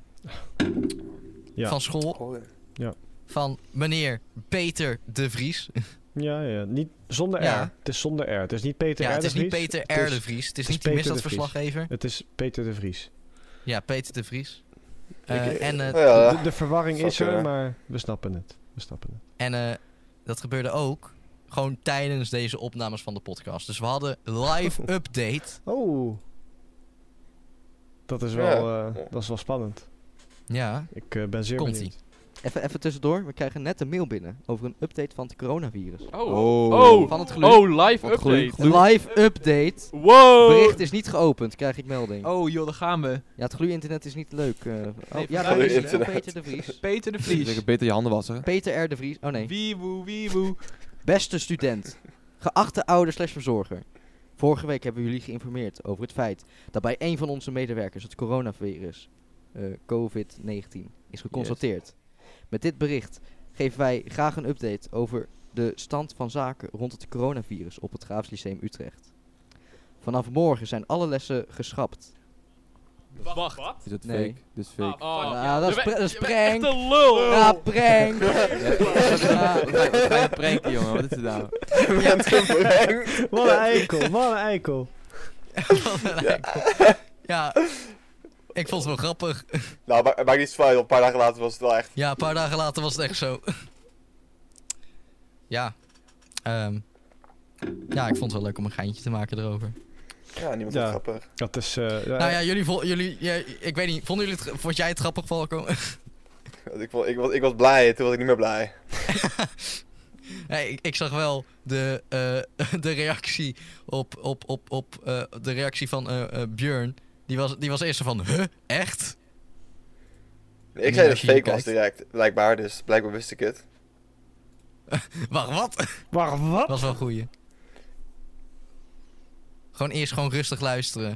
Ja. van school. Goh, Van meneer Peter de Vries. Ja, ja. Niet zonder Ja. R. Het is zonder R. Het is niet Peter Ja, R. het de is niet Vries. Peter Het R. is- de Vries. Het is het niet is die Peter de Vries. misdaadverslaggever. Het is Peter de Vries. Ja, Peter de Vries. Eh, Ik- en eh, oh ja, De, de verwarring zou is er, kunnen. maar we snappen het. We snappen het. en eh, dat gebeurde ook gewoon tijdens deze opnames van de podcast. Dus we hadden live update. Oh. Dat is wel, Ja. eh, dat is wel spannend. Ja, Ik eh, ben zeer Komt-ie. benieuwd. Even, even tussendoor, we krijgen net een mail binnen over een update van het coronavirus. Oh, Oh. oh, Van het geluk. oh, live Wat geluk. update. Een live update. Wow. Bericht is niet geopend, krijg ik melding. Oh joh, daar gaan we. Ja, het gloeie-internet is niet leuk. eh. oh, Nee, ja, vandaag daar is is het. het. Peter de Vries. Peter de Je Vries. beter je handen wassen. Peter R. de Vries. Oh nee. Wiewoe, wiewoe. Beste student. Geachte ouder slash verzorger. Vorige week hebben we jullie geïnformeerd over het feit dat bij een van onze medewerkers het coronavirus, eh covid negentien, is geconstateerd. Met dit bericht geven wij graag een update over de stand van zaken rond het coronavirus op het Graafs Lyceum Utrecht. Vanaf morgen zijn alle lessen geschrapt. Wacht. Wat? Is het Nee. fake? Dit is fake. Oh, Ja, dat is je pra- bent- dat is je bent echt prank. een lul. Ja, prank! Ja, wat ga je- wat ga je pranken, jongen? Wat is het nou? Je bent gebrengt. Wat een eikel, wat een eikel. ja. Ik vond het wel grappig. Nou, maar, maakt niet zo uit, een paar dagen later was het wel echt. Ja, een paar dagen later was het echt zo. ja. Ehm, ja, ik vond het wel leuk om een geintje te maken erover. Ja, niemand Ja. vond het grappig. Dat is... eh, ja, Nou ja, jullie, vo- jullie ja, ik weet niet, vonden jullie het, vond jij het grappig, Falco? Ik, vond, ik, was, ik was blij, toen was ik niet meer blij. nee, ik, ik zag wel de, eh, de reactie op, op, op, op eh, de reactie van eh, eh, Björn. Die was, die was eerst zo van, huh, echt? Ik Ja, zei dat als het je fake was kijkt. direct, blijkbaar, dus blijkbaar wist ik het. Wacht, wat? Wacht, wat? was wel een goeie. Gewoon eerst gewoon rustig luisteren.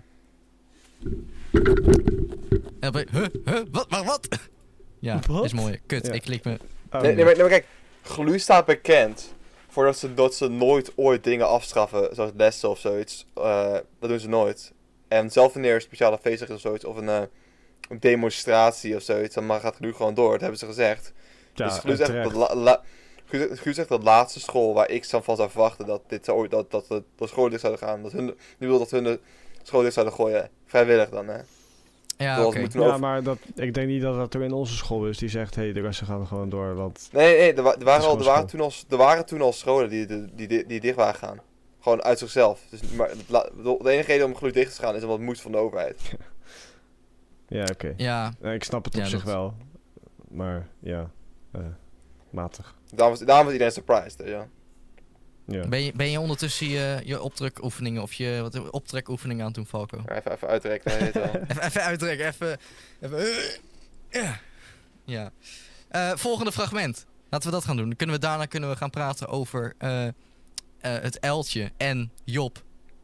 En dan ben je, huh, huh, wat, wat, wat? Ja, Wat? is mooi. Kut, Ja. ik klik me... Oh, nee, nee, maar, nee, maar kijk, Glu staat bekend voordat ze, dat ze nooit ooit dingen afstraffen, zoals lessen of zoiets. Eh, dat doen ze nooit. En zelf wanneer er een speciale feestdag is of zoiets, of een, eh, een demonstratie of zoiets, dan mag- gaat Glu gewoon door, dat hebben ze gezegd. Ja, dus Glu en zegt, terecht. dat la, la, Glu, zegt- Glu zegt dat laatste school waar ik van zou verwachten dat dit zou, dat, dat, dat, dat scholen dicht zouden gaan, dat hun, nu wil dat hun de school dicht zouden gooien. Vrijwillig dan, hè. Ja, Zoals oké. moeten Ja, over- maar dat, ik denk niet dat dat er in onze school is die zegt, hé, hey, de resten gaan gewoon door, want... Nee, nee, er, wa- er, waren, is al, er, gewoon waren toen al, er waren toen al scholen die, die, die, die, die dicht waren gegaan. Gewoon uit zichzelf. Dus, maar het la- de de enige reden om Glu dicht te gaan is omdat het moest van de overheid. Ja, oké. Ja, Ja, ik snap het op Ja, zich dat- wel. Maar, ja, eh, matig. Daarom was, daarom was iedereen surprised, hè, ja. Ja. ben je, ben je ondertussen je, je optrekoefeningen of je wat, optrekoefeningen aan het doen, Falco? Maar even, even uitrekken, dat heet wel. Even, even uittrekken, even... even eh, ja. ja. Eh, volgende fragment. Laten we dat gaan doen. Dan kunnen we, daarna kunnen we gaan praten over eh, eh, het uiltje en Job.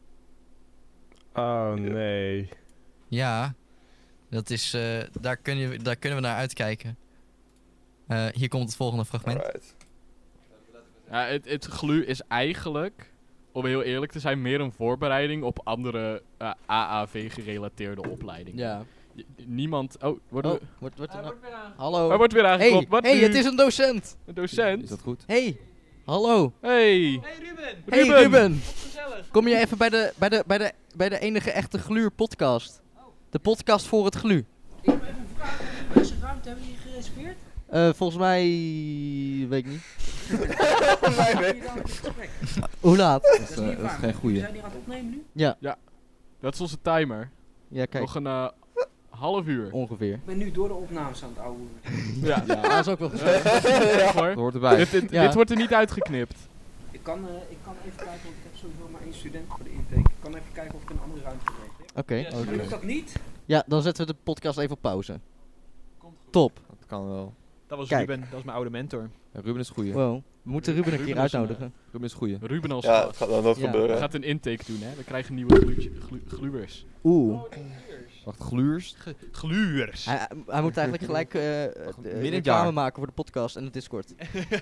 Oh, nee. Ja, dat is, eh, daar, kun je, daar kunnen we naar uitkijken. Eh, hier komt het volgende fragment. Alright. Ja, het, het glu is eigenlijk, om heel eerlijk te zijn, meer een voorbereiding op andere eh, A A V-gerelateerde opleidingen. Ja. Je- Niemand... Oh, worden Oh, we... wordt, wordt er nou... Hallo. Er wordt weer Hey, aangeklopt. Wat hey nu? het is een docent. Een docent. Is dat goed? Hey, hallo. Hey. Hey Ruben, Hey Ruben. Ruben. gezellig. Kom je even bij de, bij de, bij de, bij de enige echte Gluur podcast. De podcast voor het Glu. Ik heb even een vraag. Welke ruimte hebben jullie gereserveerd? Uh, volgens mij... weet ik niet. Nee, nee. Hoe laat? Dat is, uh, dat is geen goeie. Zijn die aan het opnemen nu? Ja. Ja. Dat is onze timer. Ja, kijk. Nog een uh, half uur. Ongeveer. Ik ben nu door de opnames aan het ouwen. Ja. Ja, dat is ook wel Ja. gezegd. Echt hoor. Dat hoort erbij. Dit, dit, Ja. dit wordt er niet uitgeknipt. Ik kan, uh, ik kan even kijken, want ik heb sowieso maar één student voor de intake. Ik kan even kijken of ik een andere ruimte krijg. Oké. Ja. Maar lukt dat niet? Ja, dan zetten we de podcast even op pauze. Top. Dat kan wel. Dat was Kijk. Ruben, dat is mijn oude mentor. Ja, Ruben is goeie. Wow. We moeten Ruben een Ruben keer is een, uitnodigen. Ruben is goeie. Ruben als Ja, gast. het gaat dan nooit Ja. We gebeuren. gaan een intake doen, hè. We krijgen nieuwe glu glu gluwers. Oeh. Wacht, gluurs? Gluurs. Hij, hij moet eigenlijk gelijk uh, midden in het reclame jaar. maken voor de podcast en de Discord.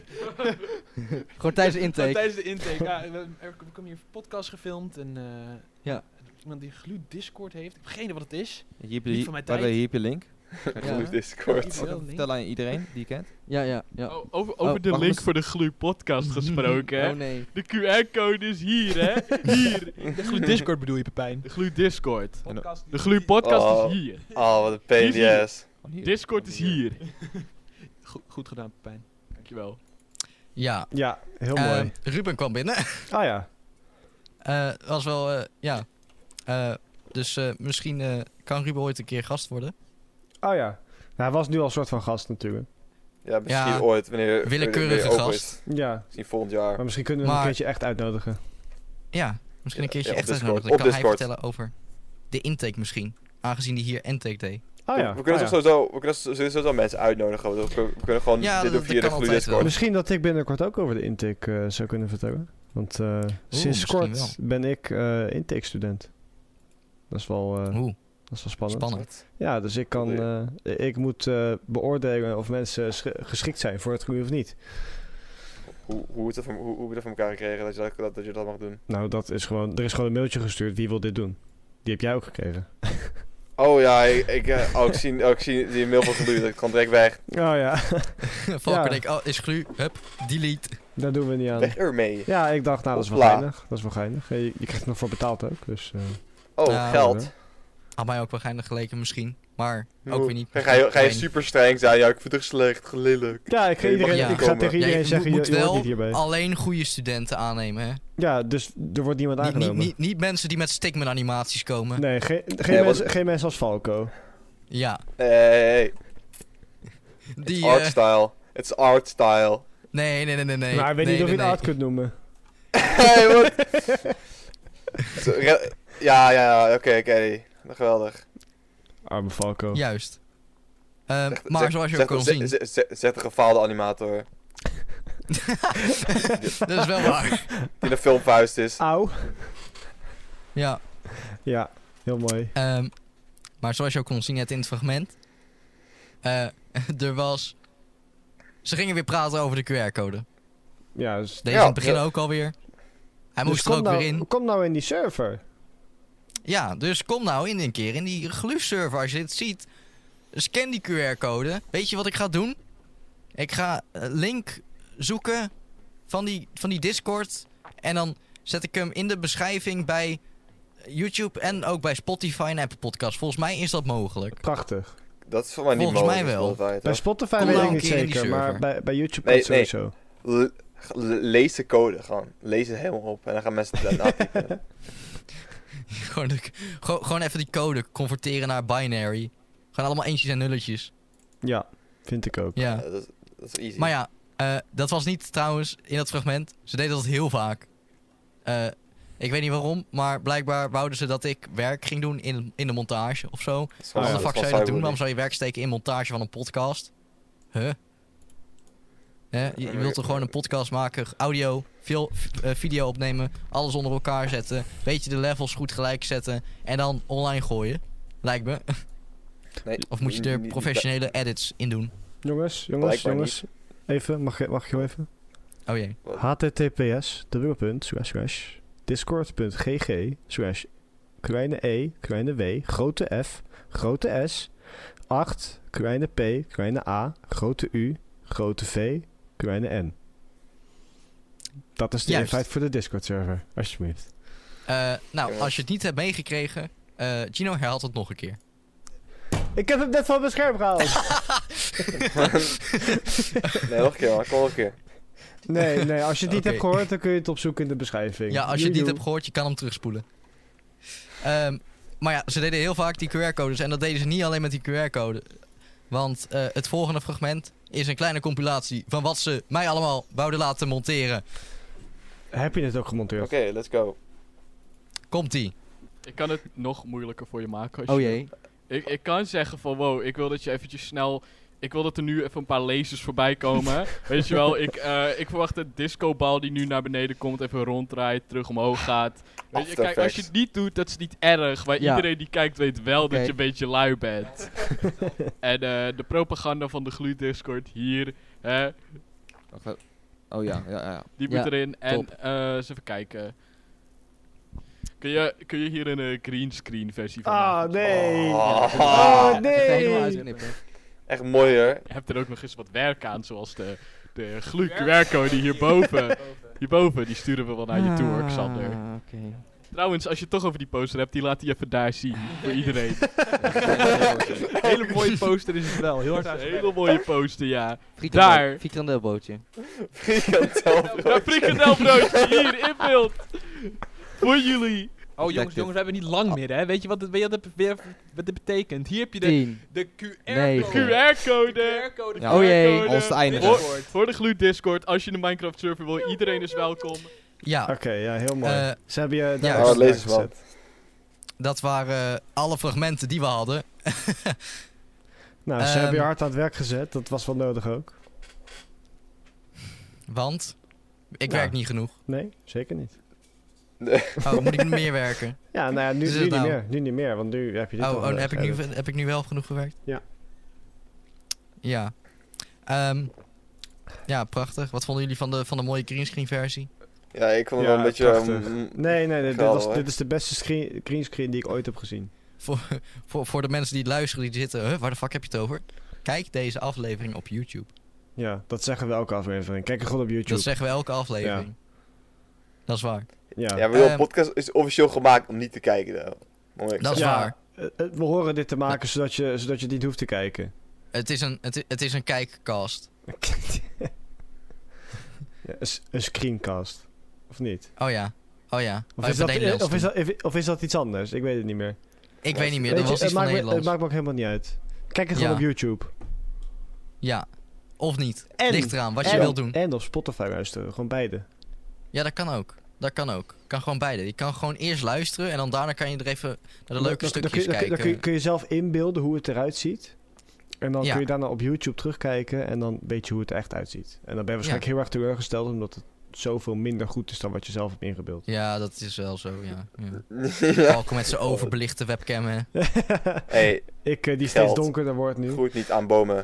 Gewoon tijdens de intake. Tijdens de intake. Ja, we, er, we komen hier een podcast gefilmd en uh, Ja. iemand die Glu Discord heeft. Ik heb geen idee wat het is. Hier heb Niet je, van mijn by the way, tijd. hier heb je link. Ja. Goed Discord. Iets wel, nee. Vertel aan iedereen die je kent. Ja, ja, ja. Oh, over over Oh, de wacht, link mis- voor de Glu podcast gesproken, hè. Oh nee. De Q R-code is hier, hè. Hier. De Glu Discord bedoel je, Pepijn? De Glu Discord. Podcast De Glu podcast Oh. is hier. Oh, wat een pain in Hier zie the je. ass. Oh, hier. Discord is hier. Goed, goed gedaan, Pepijn. Dankjewel. Ja, Ja, heel eh, mooi. Ruben kwam binnen. Ah ja. Eh was wel, eh, ja. Eh, dus eh, misschien eh, kan Ruben ooit een keer gast worden. Oh ja. Nou, hij was nu al een soort van gast natuurlijk. Ja, misschien Ja, ooit, wanneer willekeurige wanneer open gast. is. Ja. Misschien volgend jaar. Maar misschien kunnen we hem Maar- een keertje echt uitnodigen. Ja, misschien een Ja, keertje ja, op echt Discord. uitnodigen. Dan Op kan hij Discord. vertellen over de intake misschien. Aangezien die hier intake deed. Oh ja. We kunnen oh, toch ja. sowieso, we kunnen sowieso mensen uitnodigen. We kunnen, we kunnen gewoon Ja, dit dat- doen via dat de kan Glu altijd wel. Discord. Misschien dat ik binnenkort ook over de intake eh, zou kunnen vertellen. Want eh, sinds misschien kort wel. ben ik eh intake student. Dat is wel, eh, Oeh, dat is wel spannend. spannend. Ja, dus ik kan, eh, ik moet eh, beoordelen of mensen sch- geschikt zijn voor het groeien of niet. Hoe, hoe, het er van, hoe, hoe we dat van elkaar gekregen dat je dat, dat, dat je dat mag doen. Nou, dat is gewoon, er is gewoon een mailtje gestuurd. Wie wil dit doen? Die heb jij ook gekregen. Oh ja, ik, ik, eh, oh, ik, zie, oh, ik zie die mail van Glu, dat kan direct weg. Oh ja, Valker Ja. denkt, oh, is glu, hup, delete. daar doen we niet aan. Weg ermee. Ja, ik dacht, nou, dat is wel Hopla. geinig. Dat is wel geinig. Je, je krijgt er nog voor betaald ook, dus... eh, Oh, Nou, geld. Had mij ook wel geinig geleken misschien. Maar ook weer niet. Ga, ga, je, ga je Weet niet. super streng zijn? Ja, ik vind het slecht, gelelijk. Ja, ik ga, Nee, iedereen, mag je ik ga komen. tegen Ja, iedereen je zeggen, moet je, je hoort wel niet hierbij. alleen goede studenten aannemen, hè? Ja, dus er wordt niemand Niet, niet, aangenomen. niet, niet mensen die met Stickman animaties komen. Nee, geen, geen, Nee, mensen, want- geen mensen als Falco. Ja, Hey, hey, hey. die... It's eh, art style. It's art style. nee, nee, nee, nee, nee. maar ik weet nee, niet of je nee, het art nee. kunt noemen. Hey, wat? Zo, re- Ja, ja, ja, oké, oké. Geweldig. Arme Falco. Juist. Ehm, Zeg- maar zeg- zoals je zeg- ook kon zeg- zien... zeg- zeg- Zeg de gefaalde animator. Dat is wel waar. Die de filmvuist is. Auw. Ja. Ja, heel mooi. Ehm, maar zoals je ook kon zien net in het fragment... eh, er was... Ze gingen weer praten over de Q R-code. Ja, dus, Deze Ja, in het begin ja. ook alweer. Hij dus moest er kom ook nou, weer in. Kom nou in die server. Ja, dus kom nou in een keer in die Glu-server als je dit ziet. Scan die Q R-code. Weet je wat ik ga doen? Ik ga een link zoeken van die, van die Discord. En dan zet ik hem in de beschrijving bij YouTube en ook bij Spotify en Apple Podcasts. Volgens mij is dat mogelijk. Prachtig. Dat is voor mij niet Volgens mij mogelijk. wel. Spotify, Bij toch? Spotify Kom weet nou ik een niet keer in die zeker, maar server. bij, bij YouTube Nee, kan nee. het sowieso. Le- le- lees de code gewoon. Lees het helemaal op. En dan gaan mensen het natypen. gewoon, de, gewoon, gewoon even die code converteren naar binary. Gewoon allemaal eentjes en nulletjes. Ja, vind ik ook. Ja. Ja, dat, is, dat is easy. Maar ja, eh, dat was niet trouwens in dat fragment. Ze deden dat heel vaak. Eh, ik weet niet waarom, maar blijkbaar wouden ze dat ik werk ging doen in, in de montage of zo. Dat is Ah, wel- Waarom ja, de fuck dat zou is je wel dat doen? Waarom cyberbullying. zou je werk steken in montage van een podcast? Huh? Hè, je, je wilt er gewoon een podcast maken, audio, veel, v- eh, video opnemen, alles onder elkaar zetten, beetje de levels goed gelijk zetten en dan online gooien, lijkt me. Nee, Of moet je niet- er niet- professionele edits in doen? Jongens, jongens, Blijkbaar jongens. Even, mag, je, mag ik jou even? Oh jee. H T T P S, dubbele punt, slash, slash, discord.gg, slash, kleine e, kleine w, grote f, grote s, acht, kleine p, kleine a, grote u, grote v, kleine n. Dat is de Juist. invite voor de Discord server, alsjeblieft. Eh, nou, Ja. als je het niet hebt meegekregen, eh, Gino herhaalt het nog een keer. Ik heb hem net van mijn scherm gehaald. Nee, nog een keer man, kom nog een keer. Nee, nee, als je het niet Oké. hebt gehoord, dan kun je het opzoeken in de beschrijving. Ja, als je het niet Joejoe. hebt gehoord, je kan hem terugspoelen. Ehm, maar ja, ze deden heel vaak die Q R-codes. En dat deden ze niet alleen met die Q R-code. Want eh, het volgende fragment is een kleine compilatie van wat ze mij allemaal wouden laten monteren. Heb je het ook gemonteerd? Oké, let's go. Komt-ie. Ik kan het nog moeilijker voor je maken. Als Oh je jee. Ik, ik kan zeggen van wow, ik wil dat je eventjes snel... Ik wil dat er nu even een paar lasers voorbij komen. Weet je wel, ik, eh, ik verwacht een discobal die nu naar beneden komt, even ronddraait, terug omhoog gaat. Weet je, After kijk, als je Effects. het niet doet, dat is niet erg. Maar Ja. iedereen die kijkt weet wel Oké. dat je een beetje lui bent. En eh, de propaganda van de Glu Discord hier, hè, Wacht even. Oh ja, ja, ja. ja. die Ja, moet erin. En top. eh, eens even kijken. Kun je, kun je hier een eh, greenscreen versie van Ah, maken? nee. Oh. Oh, Even helemaal nee. uitknippen. Echt mooi hoor. Je hebt er ook nog eens wat werk aan, zoals de, de Glu Q R-code die hierboven, hierboven, die sturen we wel naar je toe hoor, Xander. Ah, oké. Trouwens, als je het toch over die poster hebt, die laat die even daar zien. Voor iedereen. Hele mooie poster is het wel. Heel hard Een uitgewerkt. hele mooie poster, ja. Frikandel- Daar. Frikandelbootje. Een frikandelbroodje hier in beeld. Voor jullie. Oh jongens, jongens, we hebben niet lang meer hè. Weet je wat het, weet je wat het, weer- wat dit betekent? Hier heb je de, tien. de Q R-code. Nee, Q R-code. Q R-code. Ja. Oh jee. Als te eindigen. Voor, voor de Glu Discord, als je een Minecraft server wil, iedereen is welkom. Ja, Oké, ja, heel mooi. Eh, Ze hebben je ja. daar Oh, ook lees eens gezet. wat. dat waren eh, alle fragmenten die we hadden. Nou, ze Ehm. hebben je hard aan het werk gezet. Dat was wel nodig ook. Want ik Ja. werk niet genoeg. Nee, zeker niet. Nee. Oh, moet ik meer werken? Ja, nou ja, nu, Is nu het niet nou? meer. Nu niet meer, want nu heb je dit Oh, al oh heb, ik nu, geëdit. heb ik nu wel genoeg gewerkt? Ja. Ja. Ehm, ja, prachtig. Wat vonden jullie van de, van de mooie greenscreen versie? Ja, ik vond het Ja, wel een beetje... prachtig. mm, Nee, nee, nee dit, Geweldig, was, hoor. dit is de beste screen, greenscreen die ik ooit heb gezien. Voor, voor, voor de mensen die het luisteren, die zitten... Huh, waar de fuck heb je het over? Kijk deze aflevering op YouTube. Ja, dat zeggen we elke aflevering. Kijk er gewoon op YouTube. Dat zeggen we elke aflevering. Dat is waar. ja. Ja, maar de Ehm, podcast is officieel gemaakt om niet te kijken. though. Moet ik Dat is Ja. waar. Eh, eh, we horen dit te maken zodat je, zodat je het niet hoeft te kijken. Het is een, het, i- het is een kijkcast. Ja, een, s- een screencast. Of niet? Oh ja. Oh ja. Of, Oh, is even dat, eh, Nederlands of, is doen. dat, of is dat iets anders? Ik weet het niet meer. Ik weet niet meer. Weet Dat je, was het, iets van maakt me, het Nederlands. maakt me ook helemaal niet uit. Kijk het gewoon Ja. op YouTube. Ja. Of niet. En- Ligt eraan wat je en, wilt doen. En op Spotify luisteren. Gewoon beide. Ja, dat kan ook. Dat kan ook. Kan gewoon beide. Je kan gewoon eerst luisteren en dan daarna kan je er even naar de leuke Dan- dan- stukjes dan kun, je- dan kun, kijken. dan kun, je, kun je zelf inbeelden hoe het eruit ziet. En dan Ja. kun je daarna op YouTube terugkijken en dan weet je hoe het er echt uitziet. En dan ben je waarschijnlijk heel erg teleurgesteld omdat het zoveel minder goed is dan wat je zelf hebt ingebeeld. Ja, dat is wel zo, ja. ja. ja. Valko met zijn overbelichte webcam, hè. Hey, Ik, eh, die Geld. steeds donkerder wordt nu. groeit niet aan bomen.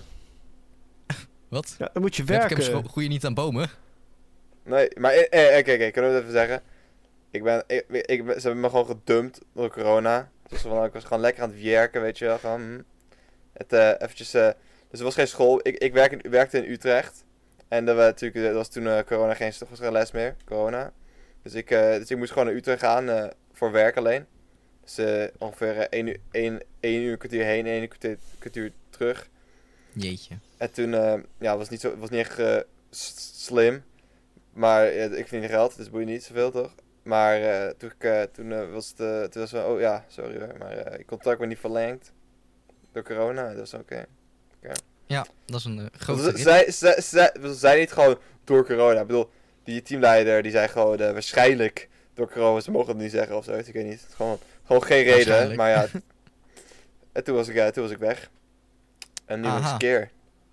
Wat? Ja, dan moet je Webcams werken. groeien niet aan bomen. Nee, maar eh, eh, oké, oké, kunnen we het even zeggen? Ik ben, ik, ik, ben- ze hebben me gewoon gedumpt door corona. Dus van, ik was gewoon lekker aan het werken, weet je wel. Gewoon, hm. Het, eh, eventjes, eh, dus er was geen school. Ik, ik werk in, werkte in Utrecht. En er, was natuurlijk, er was toen eh, corona geen, was geen les meer, corona. Dus ik, eh, dus ik moest gewoon naar Utrecht gaan eh, voor werk alleen. Dus eh, ongeveer eh, één uur, één, één uur kwartier heen, één uur kwartier, kwartier terug. Jeetje. En toen, eh, ja, was niet zo, was niet echt eh, s- slim. Maar eh, ik verdien geld, dus boeit niet zoveel, toch? Maar eh, toen, ik, eh, toen eh, was het, eh, toen was het, oh ja, sorry hoor, maar eh, je contract werd niet verlengd door corona, dat was oké. Ja, dat is een uh, grote Okay. rit. Zij, zij, zij, zij, zij niet gewoon door corona, ik bedoel, die teamleider die zei gewoon uh, waarschijnlijk door corona, ze mogen het niet zeggen of zo, ik weet niet. Het is gewoon, gewoon geen reden, Waarschijnlijk. maar ja. En toen was ik, ja, toen was ik weg. En nu Aha. nog eens een keer.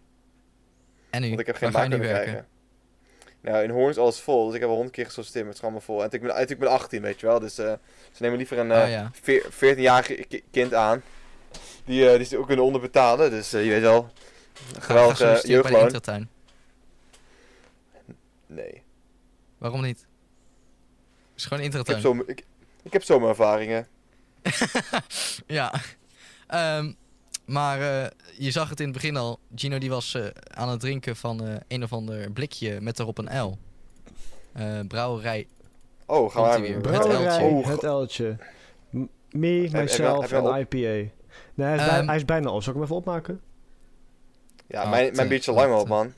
En nu? Want ik heb geen Waar ga baan je nu kunnen werken? krijgen. Nou, in Hoorn is alles vol, dus ik heb al honderd keer gesolliciteerd, maar het is allemaal vol. En ik ben, ik ben achttien, weet je wel, dus uh, ze nemen liever een uh, Oh, ja. veer- veertienjarig ki- kind aan. Die, uh, die ze ook kunnen onderbetalen, dus uh, je weet wel. Geweldig uh, bij de jeugdloon. Intratuin. Nee. Waarom niet? is gewoon Ik heb, Intratuin. zomer, ik, ik heb zomerervaringen. Ja. Um, maar uh, je zag het in het begin al. Gino die was uh, aan het drinken van uh, een of ander blikje met erop een L. Uh, brouwerij. Oh, gaan Komt-ie we weer. weer. Het Brouwerij, L'tje. Oh, het L'tje. M- Me, heb je myself al- en I P A. Nee, hij is, bij- Ehm. hij is bijna op. Zal ik hem even opmaken? Ja, Oh, mijn, te- mijn biertje is al lang te- op, man.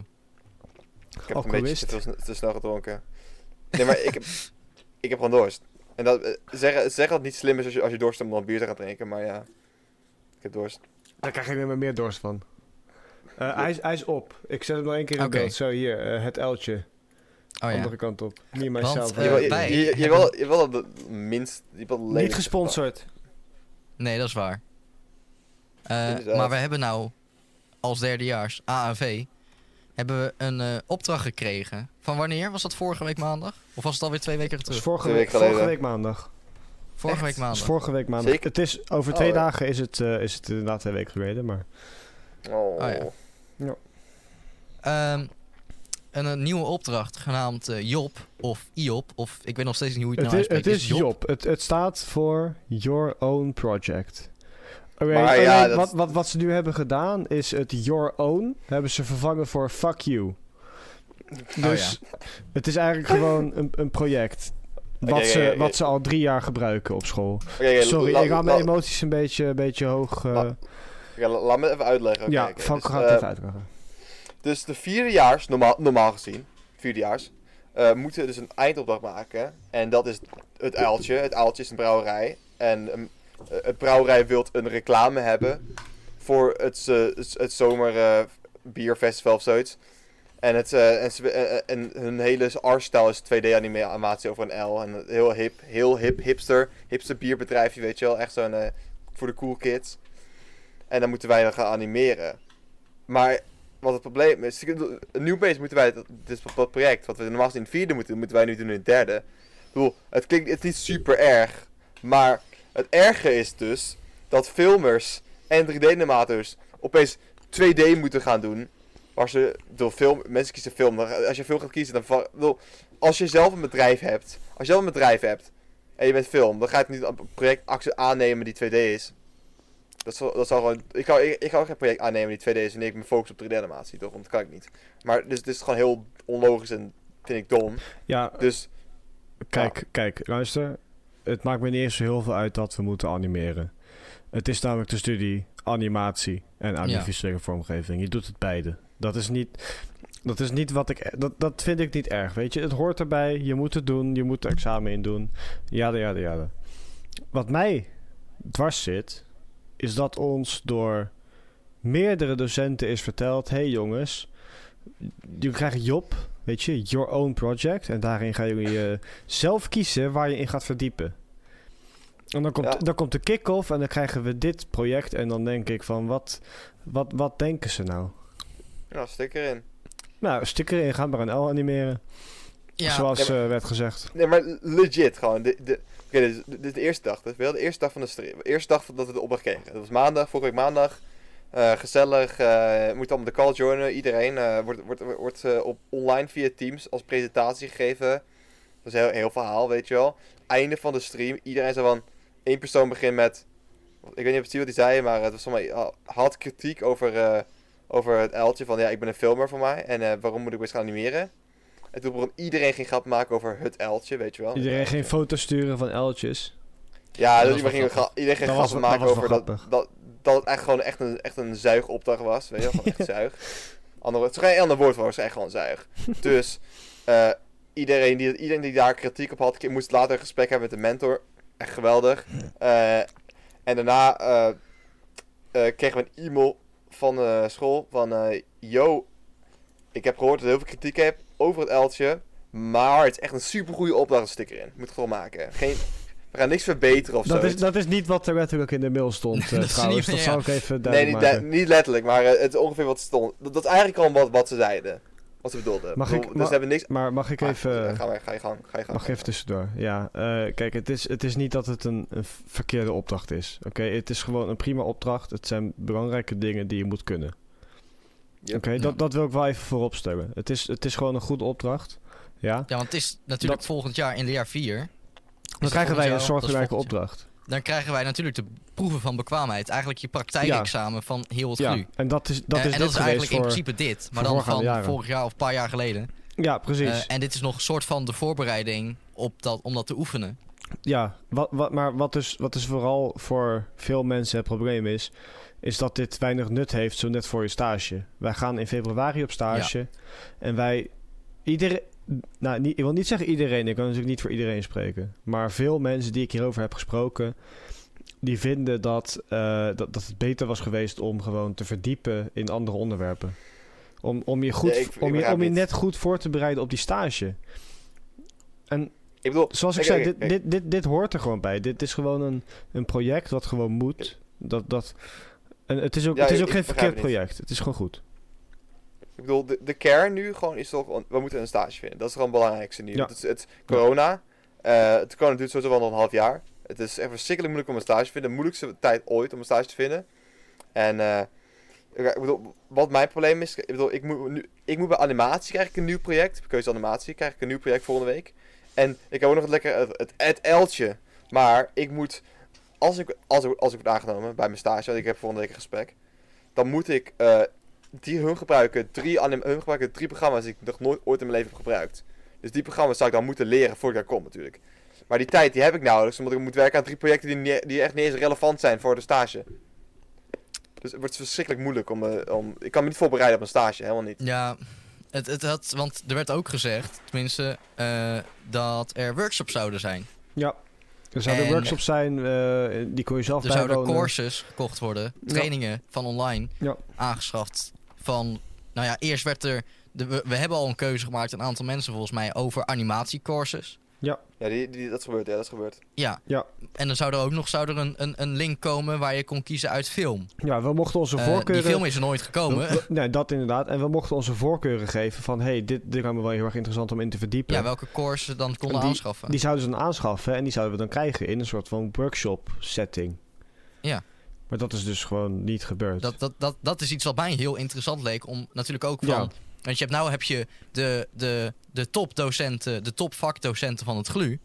Ik heb een beetje Alcoholist. te, te, te snel gedronken. Nee, maar ik heb, ik heb gewoon dorst. En dat, eh, zeggen, zeggen dat het niet slim is als je, als je dorst hebt om dan bier te gaan drinken, maar ja. Ik heb dorst. Daar krijg je alleen maar meer dorst van. Uh, hij, is, hij is op. Ik zet hem nog één keer in Oké. beeld. Zo, hier. uh, het uiltje. Oh ja. Andere kant op. Me, Want, myself. eh, je, wil, je, wij je, je, hebben- wil, je wil dat het minst... Je wil het Niet lelijkste gesponsord. Nee, dat is waar. Eh, Inderdaad. maar we hebben nou als derdejaars A A V hebben we een eh, opdracht gekregen. Van wanneer? Was dat vorige week maandag? Of was het alweer twee weken Dat is terug? vorige, Twee week, weken vorige geleden. week maandag. Vorige echt? week Dat is maandag. vorige week maandag. Zeker? Het is, over Oh, twee ja. dagen is het, uh, is het inderdaad twee weken geleden. Maar Oh. Oh, ja. Ehm, een, een nieuwe opdracht genaamd eh, Job of Iop. Of ik weet nog steeds niet hoe je het, het, nou is, het uitspreekt. is Job. Het, het staat voor Your Own Project. Oké, Maar alleen ja, dat- wat, wat, wat ze nu hebben gedaan is het Your Own hebben ze vervangen voor Fuck You. Dus het is eigenlijk gewoon een, een project. Wat, Oké, ze, oké, oké. wat ze al drie jaar gebruiken op school. Oké, oké, Sorry, la- ik had mijn la- emoties een beetje, een beetje hoog. uh, La- oké, la- laat me even uitleggen. Oké, ja, oké. Frank Dus, gaat het eh, even uitleggen. Dus de vierdejaars, normaal, normaal gezien, vierdejaars, eh moeten dus een eindopdracht maken. En dat is het uiltje. Het uiltje is een brouwerij. En um, eh, het brouwerij wil een reclame hebben voor het, eh, het, het zomer eh, bierfestival of zoiets. En, het, eh, en, ze- eh, en hun hele artstyle is twee D-animatie over een L. En heel hip, heel hip, hipster, hipster bierbedrijfje, weet je wel. Echt zo'n eh, voor de cool kids. En dan moeten wij dan gaan animeren. Maar wat het probleem is, een nieuw base moeten wij, dat dit is dat project, wat we normaal gezien in het vierde moeten doen, moeten wij nu doen in het derde. Ik bedoel, het klinkt, het is niet super erg, maar het erge is dus dat filmers en drie D-animators opeens twee D moeten gaan doen. Waar ze door film, mensen kiezen film. Dan- Als je film gaat kiezen, dan va- bedoel, als je zelf een bedrijf hebt, als je zelf een bedrijf hebt en je bent film, dan ga je het niet een project actie aannemen die twee D is. Dat zal, dat zal gewoon, ik ga, ik, ik ga ook geen project aannemen die twee D is wanneer ik me focus op drie D-animatie, toch? Want dat kan ik niet. Maar dus het is gewoon heel onlogisch en vind ik dom. Ja, Dus kijk, kijk, luister. Het maakt me niet eens zo heel veel uit dat we moeten animeren. Het is namelijk de studie animatie en audiovisuele vormgeving. Je doet het beide. Dat is niet, dat is niet wat ik... Dat, dat vind ik niet erg, weet je. Het hoort erbij. Je moet het doen. Je moet er examen in doen. Jada, jada, jada. Wat mij dwars zit, is dat ons door meerdere docenten is verteld... Hé hey jongens, jullie krijgen Job, weet je, your own project. En daarin gaan jullie uh, zelf kiezen waar je in gaat verdiepen. En dan komt, Ja. dan komt de kick-off en dan krijgen we dit project. En dan denk ik van, wat, wat, wat denken ze nou? ja, stik erin. Nou, stik erin, ga maar een L animeren. Ja, Zoals Ja, maar- uh, werd gezegd. Nee, maar legit gewoon. De, de, Oké, dit, is- dit is de eerste dag. Dus we hadden de eerste dag van de stream. De eerste dag dat we de opdracht kregen. Dat was maandag, vorige week maandag. Eh, gezellig. eh moet allemaal de call joinen. Iedereen eh, wordt, wordt, wordt eh, op online via Teams als presentatie gegeven. Dat is een heel, heel verhaal, weet je wel. Einde van de stream. Iedereen zei van... één persoon begint met... Ik weet niet precies wat hij zei, maar het was allemaal... had kritiek over, eh, over het uiltje van... Ja, ik ben een filmer voor mij. En eh, waarom moet ik weer gaan animeren? En toen begon iedereen ging grap maken over het uiltje, weet je wel. Iedereen Het ging uiltje. foto's sturen van uiltjes. Ja, Dat dus was iedereen wel ging, gra- iedereen ging Dat grappen was- dat maken was wel over dat, grappig. dat, dat het echt gewoon echt een, echt een zuigopdracht was. Weet je wel, gewoon echt zuig. Ander, het is geen ander woord voor, het is echt gewoon zuig. Dus eh, iedereen, die, iedereen die daar kritiek op had, moest later een gesprek hebben met de mentor. Echt geweldig. Eh, en daarna eh, eh, kregen we een e-mail van de school van... eh, yo, ik heb gehoord dat je heel veel kritiek hebt over het uiltje. Maar het is echt een super goede opdracht, een sticker in. Je moet het gewoon maken. Geen, we gaan niks verbeteren of zo. Dat is, dat is niet wat er letterlijk in de mail stond, uh, Dat is trouwens. niet- Dat ja. zal ik even Nee, duidelijk niet, maken. le- niet letterlijk, maar eh, het is ongeveer wat stond. Dat, dat is eigenlijk al wat, wat ze zeiden. Wat ze bedoelden. Mag Ik ik- bedoel, dus ma- ze hebben niks... Maar mag ik Ah, even... eh, ga, maar, ga je gang, ga je gang. Mag ik even tussendoor? Ja, eh, kijk, het is, het is niet dat het een, een verkeerde opdracht is. Oké, het is gewoon een prima opdracht. Het zijn belangrijke dingen die je moet kunnen. Yep. Oké, Ja. dat, dat wil ik wel even voorop stellen. Het is, het is gewoon een goede opdracht. Ja, ja, want het is natuurlijk Dat- volgend jaar in de jaar vier. dan krijgen wij een jaar, soortgelijke dat is volgend opdracht. Dan krijgen wij natuurlijk de proeven van bekwaamheid. Eigenlijk je praktijkexamen van heel het Ja, glu. en dat is, dat Eh, is en dit dat is geweest eigenlijk in voor... principe dit. Maar voor dan voorgaande van jaren. vorig jaar of een paar jaar geleden. Ja, precies. Eh, en dit is nog een soort van de voorbereiding op dat, om dat te oefenen. Ja, wat, wat, maar wat dus, wat dus vooral voor veel mensen het probleem is, is dat dit weinig nut heeft zo net voor je stage. Wij gaan in februari op stage ja. en wij, iedereen, nou, niet, ik wil niet zeggen iedereen, ik kan natuurlijk niet voor iedereen spreken, maar veel mensen die ik hierover heb gesproken, die vinden dat, uh, dat, dat het beter was geweest om gewoon te verdiepen in andere onderwerpen. Om, om, je, goed, nee, ik, om, ik je, om je niet. net goed voor te bereiden op die stage. En ik bedoel, zoals ik kijk, zei, kijk, dit, kijk. dit, dit, dit hoort er gewoon bij. Dit is gewoon een, een project wat gewoon moet. Dat, dat, en het is ook, Ja, het is ik- ook geen ik begrijp verkeerd het niet. project. Het is gewoon goed. Ik bedoel, de, de kern nu gewoon is toch, we moeten een stage vinden. Dat is gewoon het belangrijkste nu. Ja. Het, is, het corona, uh, het corona duurt sowieso wel nog een half jaar. Het is echt verschrikkelijk moeilijk om een stage te vinden. De moeilijkste tijd ooit om een stage te vinden. En uh, ik bedoel, wat mijn probleem is, ik bedoel, ik moet, nu, ik moet bij animatie krijg ik een nieuw project. Bij keuze animatie krijg ik een nieuw project volgende week. En ik heb ook nog het lekker het, het, het L'tje. Maar ik moet, als ik, als, ik, als ik word aangenomen bij mijn stage, want ik heb volgende week een gesprek, dan moet ik uh, die hun gebruiken, drie anim, hun gebruiken drie programma's die ik nog nooit ooit in mijn leven heb gebruikt. Dus die programma's zou ik dan moeten leren voordat ik daar kom natuurlijk. Maar die tijd die heb ik nauwelijks, omdat ik moet werken aan drie projecten die, nie, die echt niet eens relevant zijn voor de stage. Dus het wordt verschrikkelijk moeilijk om, uh, om... Ik kan me niet voorbereiden op een stage, helemaal niet. Ja, het, het had, want er werd ook gezegd, tenminste, uh, dat er workshops zouden zijn. Ja, er zouden En workshops zijn, uh, die kon je zelf Er zouden bijwonen. courses gekocht worden, trainingen van online, Ja. aangeschaft. Van, nou ja, eerst werd er, de, we, we hebben al een keuze gemaakt, een aantal mensen volgens mij, over animatiecourses. Ja, die, die, dat is gebeurd, ja, dat is gebeurd. Ja, Ja. En dan zou er ook nog zou er een, een, een link komen waar je kon kiezen uit film. Ja, we mochten onze Uh, voorkeuren... die film is er nooit gekomen. We- we- nee, dat inderdaad. En we mochten onze voorkeuren geven van... hey, dit, dit lijkt me wel heel erg interessant om in te verdiepen. Ja, welke courses we dan konden die, aanschaffen. Die zouden ze dan aanschaffen en die zouden we dan krijgen in een soort van workshop setting. Ja. Maar dat is dus gewoon niet gebeurd. Dat, dat, dat, dat is iets wat mij heel interessant leek. Om natuurlijk ook van. Ja. Want je hebt nou heb je de, de, de topdocenten, de topvakdocenten van het G L U.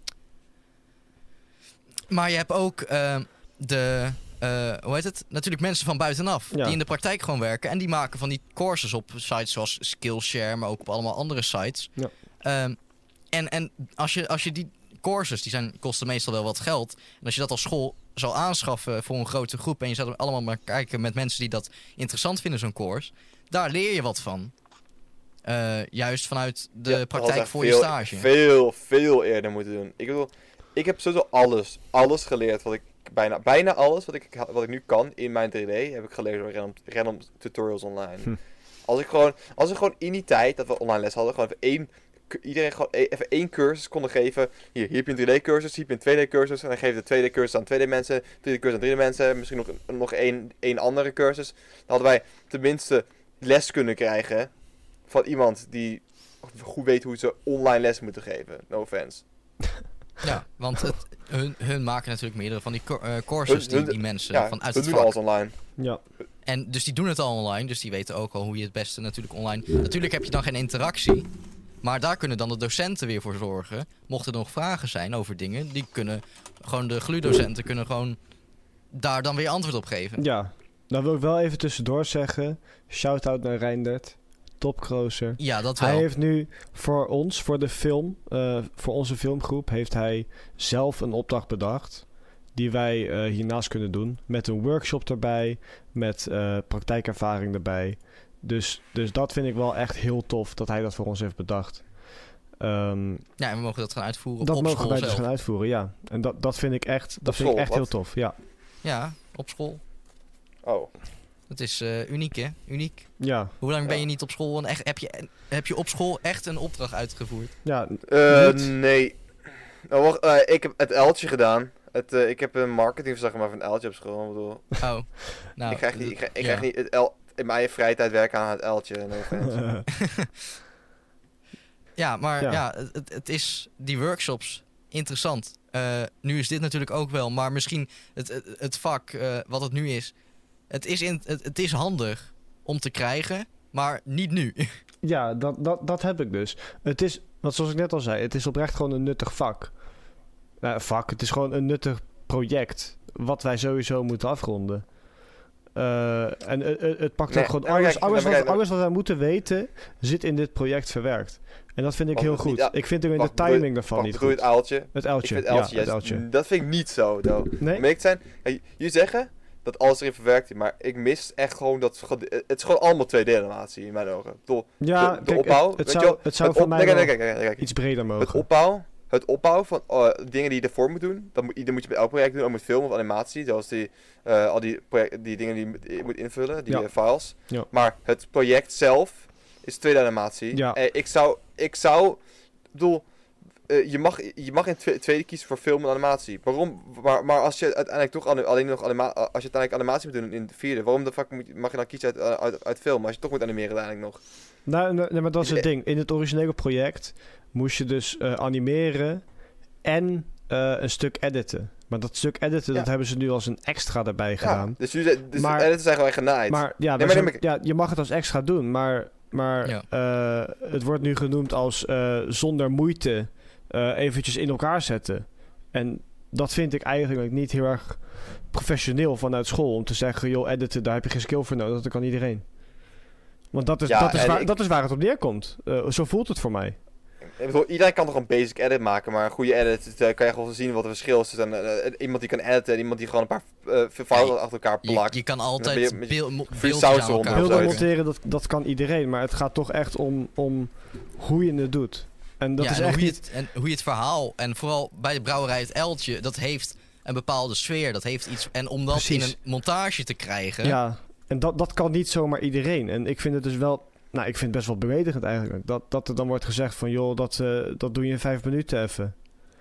Maar je hebt ook uh, de. Uh, hoe heet het? Natuurlijk mensen van buitenaf. Ja. Die in de praktijk gewoon werken. En die maken van die courses op sites zoals Skillshare. Maar ook op allemaal andere sites. Ja. Um, en en als, je, als je die courses. Die zijn, kosten meestal wel wat geld. En als je dat als school zou aanschaffen voor een grote groep. En je zou allemaal maar kijken met mensen die dat interessant vinden, zo'n course. Daar leer je wat van. Uh, juist vanuit de Ja, dat praktijk had voor veel, je stage. Veel, veel eerder moeten doen. Ik bedoel, ik heb sowieso alles, alles geleerd wat ik, bijna, bijna alles wat ik, wat ik nu kan in mijn drie D, heb ik geleerd door random, random tutorials online. Hm. Als ik gewoon, als ik gewoon in die tijd, dat we online les hadden, gewoon even één, iedereen gewoon e- even één cursus konden geven. Hier, hier heb je een drie D cursus, hier heb je een twee D cursus. En dan geef je de twee D cursus aan twee D mensen, drie D cursus aan drie D mensen, misschien nog, nog één, één andere cursus. Dan hadden wij tenminste les kunnen krijgen van iemand die goed weet hoe ze online les moeten geven. No offense. Ja, want het, hun, hun maken natuurlijk meerdere van die co- uh, courses, Hun- die, hun- die mensen Ja, vanuit we het doen vak. alles online. Ja. En dus die doen het al online, dus die weten ook al hoe je het beste natuurlijk online... Natuurlijk heb je dan geen interactie, maar daar kunnen dan de docenten weer voor zorgen. Mochten er nog vragen zijn over dingen, die kunnen gewoon de G L U-docenten kunnen gewoon daar dan weer antwoord op geven. Ja. Dan wil ik wel even tussendoor zeggen... Shout-out naar Reindert. Topcroser. Ja, dat wel. Hij heeft nu voor ons, voor de film... Uh, voor onze filmgroep... heeft hij zelf een opdracht bedacht... die wij uh, hiernaast kunnen doen. Met een workshop erbij. Met uh, praktijkervaring erbij. Dus, dus dat vind ik wel echt heel tof... dat hij dat voor ons heeft bedacht. Um, ja, en we mogen dat gaan uitvoeren dat op mogen school wij zelf. dus gaan uitvoeren, ja. En dat, dat vind ik echt, dat vind school, ik echt wat? heel tof, ja. Ja, op school. Oh. Het is uh, uniek, hè? Uniek. Ja. Hoe lang ben Ja. je niet op school? En echt, heb, je, heb je op school echt een opdracht uitgevoerd? Ja, Uh, niet. nee. Oh, wacht, uh, ik heb het L'tje gedaan. Het, uh, ik heb een marketingverslag gemaakt van een L'tje op school. Ik bedoel, Oh, nou... ik krijg niet, ik krijg, ik ja. krijg niet het L, in mijn vrije tijd werken aan het L'tje. No offense. Ja, maar Ja. ja, het, het is die workshops interessant. Uh, nu is dit natuurlijk ook wel, maar misschien het, het, het vak uh, wat het nu is. Het is, in, het, het is handig om te krijgen, maar niet nu. ja dat, dat, dat heb ik dus. Het is, want zoals ik net al zei, het is oprecht gewoon een nuttig vak. Nou, vak, het is gewoon een nuttig project. Wat wij sowieso moeten afronden. Uh, en het, het pakt Nee, ook gewoon nou, alles, kijk, alles, nou, wat, kijk, alles wat wij moeten weten, zit in dit project verwerkt. En dat vind ik Wacht, heel dat is goed. niet- ja, ik vind alleen wacht, de bedoel je- timing daarvan Wacht, niet bedoel je goed. het uiltje? Het Ik uiltje. vind het uiltje ja, het juist... uiltje. Dat vind ik niet zo, though. Nee? Om eerlijk te zijn, kijk, jullie zeggen dat alles erin verwerkt is, maar ik mis echt gewoon dat... Het is gewoon allemaal twee D-animatie in mijn ogen. Ik bedoel, Ja, de, de kijk, opbouw, het, het weet zou, je wel, het zou het voor op- mij nee, nee, wel nee, kijk, kijk, kijk. iets breder mogen. Het opbouw, het opbouw van uh, dingen die je ervoor moet doen, dat moet, dat moet je bij elk project doen, ook met film of animatie, zoals die, uh, al die, project, die dingen die je moet, je moet invullen, die Ja. uh, files. Ja. Maar het project zelf is twee D-animatie. Ja. En ik zou, ik zou, ik bedoel, uh, je, mag, je mag in het tweede kiezen voor film en animatie. Waarom? Maar, maar als je uiteindelijk toch anu- alleen nog anima als je uiteindelijk animatie moet doen in de vierde, waarom de fuck moet je, mag je dan kiezen uit, uit, uit film als je toch moet animeren uiteindelijk nog? Nou, nee, nee, maar dat is het Eh, ding. In het originele project moest je dus uh, animeren en uh, een stuk editen. Maar dat stuk editen, Ja. dat hebben ze nu als een extra erbij gedaan. Ja, dus, jullie- dus Maar- maar, editors zijn gewoon echt genaaid. Maar, ja, Nee, maar maar ze- nee, ja, je mag het als extra doen, maar, maar Ja. uh, het wordt nu genoemd als uh, zonder moeite uh, eventjes in elkaar zetten. En dat vind ik eigenlijk niet heel erg professioneel vanuit school. Om te zeggen, joh, editen, daar heb je geen skill voor nodig. Dat kan iedereen. Want dat is, Ja, dat is, en waar, ik- dat is waar het op neerkomt. Uh, zo voelt het voor mij. Ik bedoel, iedereen kan toch een basic edit maken, maar een goede edit, het, uh, kan je gewoon zien wat het verschil is tussen uh, uh, iemand die kan editen en iemand die gewoon een paar uh, fouten Ja, je- achter elkaar Je, plakt. je kan ben je altijd met beeld, mo- free beeldjes sounds aan eronder elkaar of Beelden zoiets. monteren, dat, dat kan iedereen. Maar het gaat toch echt om, om hoe je het doet. En dat ja, is en echt hoe, je niet... het, en hoe je het verhaal, en vooral bij de brouwerij Het Uiltje, dat heeft een bepaalde sfeer, dat heeft iets... En om dat Precies. in een montage te krijgen... Ja, en dat, dat kan niet zomaar iedereen. En ik vind het dus wel... Nou, ik vind het best wel beledigend eigenlijk. Dat, dat er dan wordt gezegd van... joh, dat, uh, dat doe je in vijf minuten even.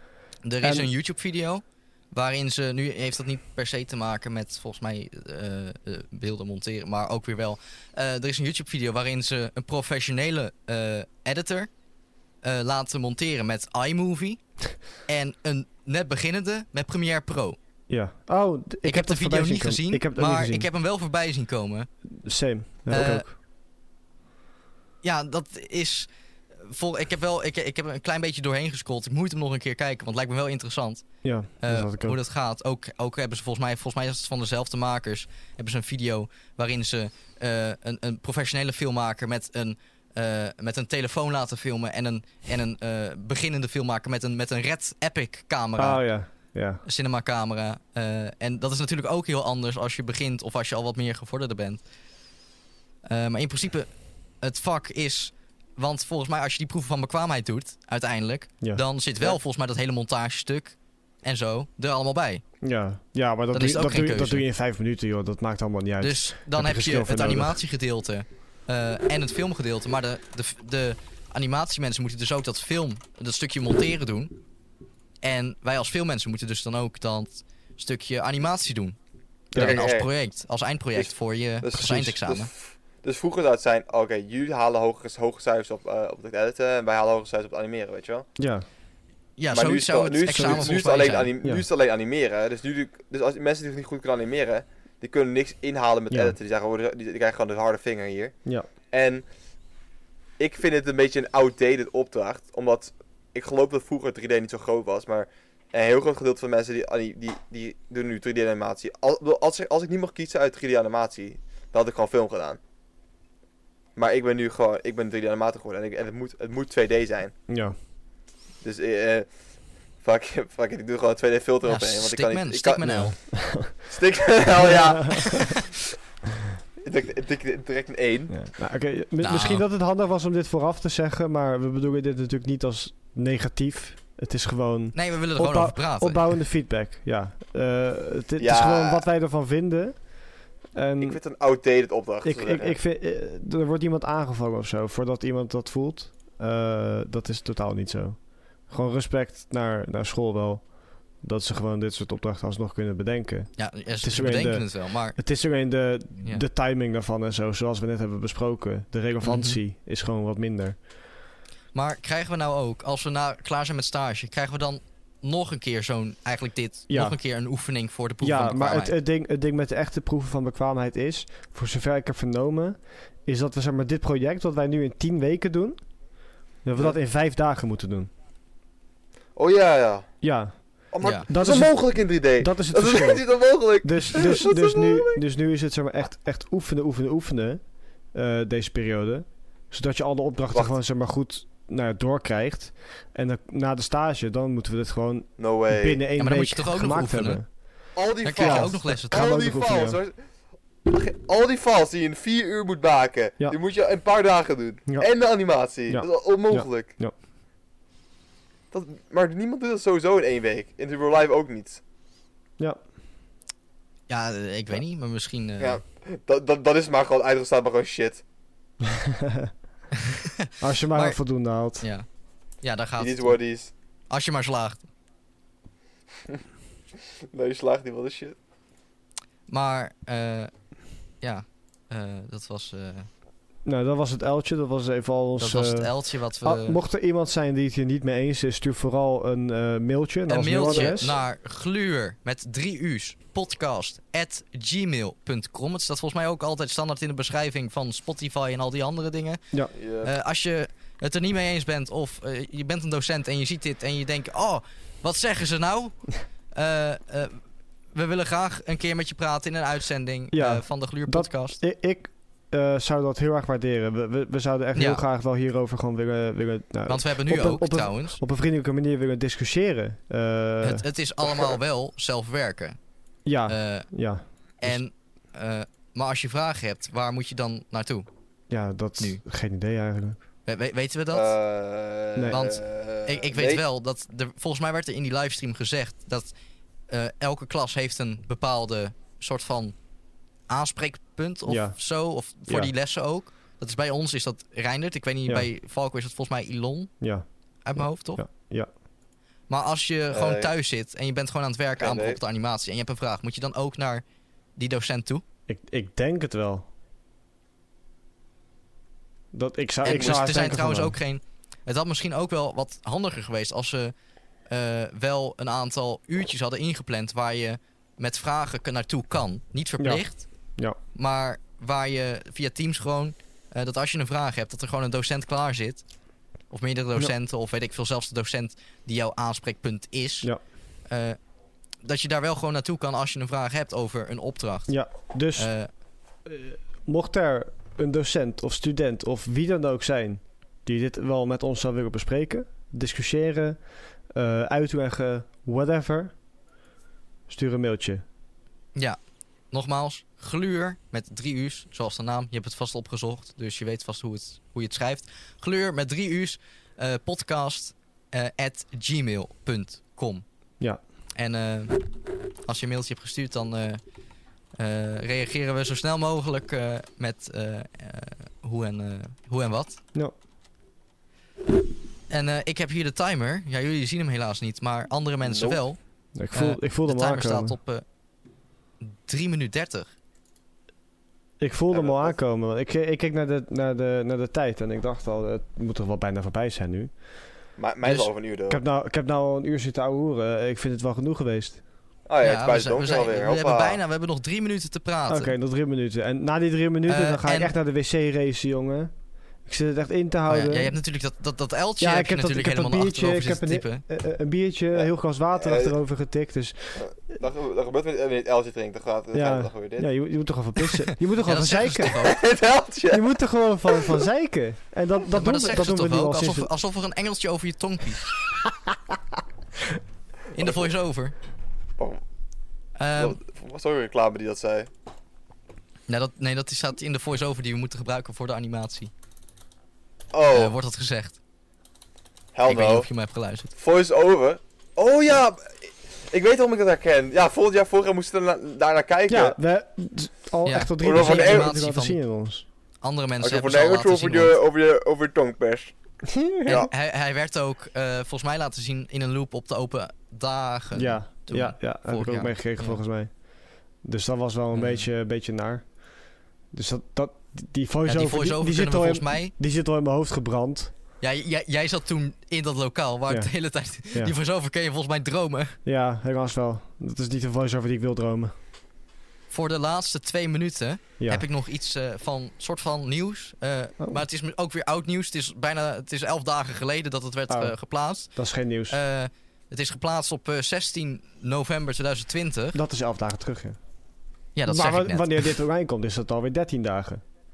Er is En- een YouTube-video waarin ze... Nu heeft dat niet per se te maken met volgens mij eh, eh, beelden monteren, maar ook weer wel. Eh, er is een YouTube-video waarin ze een professionele eh, editor eh, laten monteren met iMovie. En een net beginnende met Premiere Pro. Ja. Oh, d- ik, Ik, heb de dat video voorbij zien niet komen. gezien, Ik heb het ook niet maar gezien. ik heb hem wel voorbij zien komen. Same. Ja, Eh, ik ook. Ja, dat is... Vol, ik, heb wel, ik, ik heb er een klein beetje doorheen gescrolld. Ik moet hem nog een keer kijken, want het lijkt me wel interessant. Ja, Uh, dat had ik ook. hoe dat gaat. Ook, ook hebben ze volgens mij, volgens mij is het van dezelfde makers, hebben ze een video waarin ze uh, een, een professionele filmmaker met een, uh, met een telefoon laten filmen en een, en een uh, beginnende filmmaker met een, met een Red Epic camera, Oh ja, ja. cinema camera. Uh, en dat is natuurlijk ook heel anders als je begint of als je al wat meer gevorderde bent. Uh, maar in principe, het vak is... Want volgens mij, als je die proeven van bekwaamheid doet, uiteindelijk, Ja. dan zit wel Ja. volgens mij dat hele montagestuk en zo er allemaal bij. Ja, ja, maar dat, Dan doe, is je- het ook dat, doe, geen je, dat keuze. doe je in vijf minuten, joh. Dat maakt allemaal niet uit. Dus dan Heb heb je je geen skill het voor nodig. animatiegedeelte eh, en het filmgedeelte. Maar de, de, de animatiemensen moeten dus ook dat film, dat stukje monteren doen. En wij als filmmensen moeten dus dan ook dat stukje animatie doen. Ja. En als Kijk, project, als eindproject Dus- voor je dus- als eindexamen. Dus, dus vroeger zou het zijn, oké, jullie halen hogere, hoge cijfers op, uh, op het editen en wij halen hogere cijfers op het animeren, weet je wel? Ja, Ja, maar nu zoiets is, zou het, het nu, is, examen nu, is, nu, is volgens het mij alleen zijn. anim- Ja. nu is het alleen animeren. Dus, nu, dus als mensen die niet goed kunnen animeren, die kunnen niks inhalen met Ja. editen. Die, zeggen, oh, die, die krijgen gewoon de harde vinger hier. ja. En ik vind het een beetje een outdated opdracht. Omdat ik geloof dat vroeger drie D niet zo groot was. Maar een heel groot gedeelte van mensen die, die, die, die doen nu drie D animatie. Als, als, ik, als ik niet mocht kiezen uit drie D animatie, dan had ik gewoon film gedaan. Maar ik ben nu gewoon, ik ben drie D animator geworden. En, ik, en het, moet, het moet twee D zijn. Ja. Dus eh... Uh, fuck, fuck it, ik doe gewoon een twee D filter Ja, op want ik kan Stickman, niet... ik kan- Stickman L. Stickman L, ja. Ik druk- ik druk- ik direct een één. Ja. Nou, oké, mi- Nou. Misschien dat het handig was om dit vooraf te zeggen, maar we bedoelen dit natuurlijk niet als negatief. Het is gewoon Nee, we willen er gewoon Opbouw- over praten. opbouwende feedback. Ja. Uh, het, het Ja. is gewoon wat wij ervan vinden. En Ik vind het een outdated opdracht. ik, te ik, zeggen. ik vind, eh, er wordt iemand aangevangen of zo, voordat iemand dat voelt. Uh, dat is totaal niet zo. Gewoon respect naar, naar school wel. Dat ze gewoon dit soort opdrachten alsnog kunnen bedenken. Ja, ja is ze alleen bedenken de- het wel, maar... Het is alleen de, Ja. de timing daarvan en zo, zoals we net hebben besproken. De relevantie Mhm. is gewoon wat minder. Maar krijgen we nou ook, als we na, klaar zijn met stage, krijgen we dan nog een keer zo'n, eigenlijk dit, Ja. nog een keer een oefening voor de proef Ja, van maar het, bekwaamheid? het, ding, het ding met de echte proeven van bekwaamheid is, voor zover ik heb vernomen, is dat we zeg maar dit project, wat wij nu in tien weken doen, dat we Ja. dat in vijf dagen moeten doen. Oh ja, ja. Ja, Oh, maar Ja. dat, Dat is is het- onmogelijk in drie D. dat is het Dat is verschil. niet onmogelijk. Dus, dus, Dat is dus, nu, onmogelijk. dus nu is het zeg maar echt, echt oefenen, oefenen, oefenen, eh, deze periode. Zodat je alle opdrachten Wacht. gewoon zeg maar goed nou ja, doorkrijgt. En dan, na de stage, dan moeten we dit gewoon No way. binnen één Ja, maar dan week moet je toch ook nog gemaakt oefenen? hebben. Al die Dan krijg je files. ook nog lessen. Gaan we Al ook die nog oefenen, files. hoor. Al die files die je in vier uur moet maken. Ja. Die moet je in een paar dagen doen. Ja. En de animatie. Ja. Dat is onmogelijk. Ja. Dat, maar niemand doet dat sowieso in één week. In de real life ook niet. Ja. Ja, eh, ik weet niet, maar misschien... eh, Ja. Dat, dat, dat is maar gewoon uitgestaan, maar gewoon shit. Als je maar, Maar- voldoende haalt. ja. ja, daar gaat It is het. what it is. Als je maar slaagt. Nee, je slaagt niet, wat is shit. Maar, eh ja, eh, dat was, eh, Nou, dat was het L'tje. Dat was even al ons... dat was het eh, L'tje wat we... ah, mocht er iemand zijn die het hier niet mee eens is, stuur vooral een eh, mailtje naar een ons mailtje mailadres. naar gluur met drie u's podcast at gmail punt com. Het staat volgens mij ook altijd standaard in de beschrijving van Spotify en al die andere dingen. Ja. Eh, als je het er niet mee eens bent of eh, je bent een docent en je ziet dit en je denkt... Oh, wat zeggen ze nou? Eh, eh, we willen graag een keer met je praten in een uitzending Ja, eh, van de Gluur dat- podcast. Ik, ik eh, zou dat heel erg waarderen. We, we, we zouden echt Ja. heel graag wel hierover gewoon willen... willen nou, Want we hebben nu op een- ook op een- trouwens... op een vriendelijke manier willen discussiëren. Eh, Het, het is allemaal wel zelf werken. ja, Eh, ja, en, eh, maar als je vragen hebt, waar moet je dan naartoe? ja, dat... nu. Geen idee eigenlijk. We- we- weten we dat? Uh, Nee. Want ik, ik weet nee. wel dat er, volgens mij werd er in die livestream gezegd dat eh, elke klas heeft een bepaalde soort van aanspreekpunt of Ja. zo, of voor Ja. die lessen ook. Dat is bij ons is dat Reindert. Ik weet niet, Ja. bij Falco is dat volgens mij Ilon Ja, uit mijn hoofd, toch? ja, ja. Maar als je gewoon Eh, thuis zit en je bent gewoon aan het werken geen aan idee. bijvoorbeeld de animatie en je hebt een vraag, moet je dan ook naar die docent toe? Ik, ik denk het wel. Dat, ik zou, En ik zou dus haast er zijn denken trouwens van ook geen... Het had misschien ook wel wat handiger geweest als ze eh, wel een aantal uurtjes hadden ingepland waar je met vragen kan- naartoe kan. Niet verplicht, Ja. maar waar je via Teams gewoon... eh, dat als je een vraag hebt, dat er gewoon een docent klaar zit. Of meerdere docenten, of weet ik veel, zelfs de docent die jouw aanspreekpunt is. Ja. Eh, dat je daar wel gewoon naartoe kan als je een vraag hebt over een opdracht. Ja, dus Eh, eh, mocht er een docent of student of wie dan ook zijn die dit wel met ons zou willen bespreken, discussiëren, eh, uitleggen, whatever, stuur een mailtje. Ja, nogmaals, gluur met drie u's, zoals de naam. Je hebt het vast opgezocht, dus je weet vast hoe, het, hoe je het schrijft. Gluur met drie u's, eh, podcast eh, at gmail punt com. Ja. En eh, als je een mailtje hebt gestuurd, dan eh, eh, reageren we zo snel mogelijk eh, met eh, eh, hoe, en, eh, hoe en wat. Ja. En eh, ik heb hier de timer. Ja, jullie zien hem helaas niet, maar andere mensen Nope. wel. Ik voel, Eh, ik voelde de hem al timer aankomen. staat op eh drie minuten dertig. Ik voelde Ja, hem al dat- aankomen. Want ik, ik keek naar de, naar, de, naar de tijd en ik dacht al, het moet toch wel bijna voorbij zijn nu. Maar mij is Dus- al over een uur door. Ik heb nou, ik heb nou al een uur zitten ouwehoeren. Ik vind het wel genoeg geweest. Oh ja, het is we, bijna zijn- we, donker zijn- alweer. we hebben Hoppa. bijna, we hebben nog drie minuten te praten. Oké, nog drie minuten. En na die drie minuten Eh, dan ga ik en- echt naar de wc racen, jongen. Ik zit het echt in te Oh ja, houden. ja, je hebt natuurlijk dat, dat, dat uiltje Ja, heb ik je heb dat- natuurlijk ik heb dat helemaal naar biertje, achterover ik heb zitten een- tippen. Eh, eh, een biertje, een heel glas water Eh, achterover getikt. Dus Dat, ge- dat gebeurt wanneer je het eltje drinkt. Dan gaat, dan Ja. gaat het dan weer dit. ja, je, je moet toch gewoon van pissen. Je moet toch Ja, gewoon dat van zeggen ze zeiken. toch ook? Het eltje! Je moet er gewoon van, van zeiken. En dat, dat maar doen, dat we- zeggen dat ze doen we toch nu al ook? sinds... Alsof, alsof er een engeltje over je tong piekt. In de voice-over. Oh, Ehm, dat was ook een reclame die dat zei. nou, dat, nee, dat staat in de voice-over die we moeten gebruiken voor de animatie. Oh, Eh, wordt dat gezegd? hell Ik weet niet no. of je me hebt geluisterd. Voice over. Oh ja, ik weet waarom ik dat herken. Ja, volgend jaar, vorig jaar moesten we na- daar naar kijken. Ja, we al Ja. echt al drie Voor keer de laten animatie van- zien in ons. Andere mensen Als je voor hebben de ze al Engeltje laten over zien. je, want- over je, over je tongpers. En Ja. hij, hij werd ook eh, volgens mij laten zien in een loop op de open dagen. Ja, toen, ja, ja, heb vorig ik ook jaar. meegekregen Ja. volgens mij. Dus dat was wel een Ja. beetje, een beetje naar. Dus dat, dat, die Ja, voice-over, die die, voice-over die, kunnen zit we al volgens in, mij... die zit al in mijn hoofd gebrand. Ja, jij, jij zat toen in dat lokaal waar Ja. de hele tijd... Ja. Die voice-over kun je volgens mij dromen. Ja, helaas wel. Dat is niet de voice-over die ik wil dromen. Voor de laatste twee minuten Ja. heb ik nog iets eh, van soort van nieuws. Eh, Oh. Maar het is me- ook weer oud nieuws. Het is bijna het is elf dagen geleden dat het werd Oh. eh, geplaatst. Dat is geen nieuws. Eh, het is geplaatst op eh, zestien november tweeduizend twintig. dat is elf dagen terug, ja. Ja, dat maar zeg wa- ik net. wanneer dit online komt, is dat alweer dertien dagen.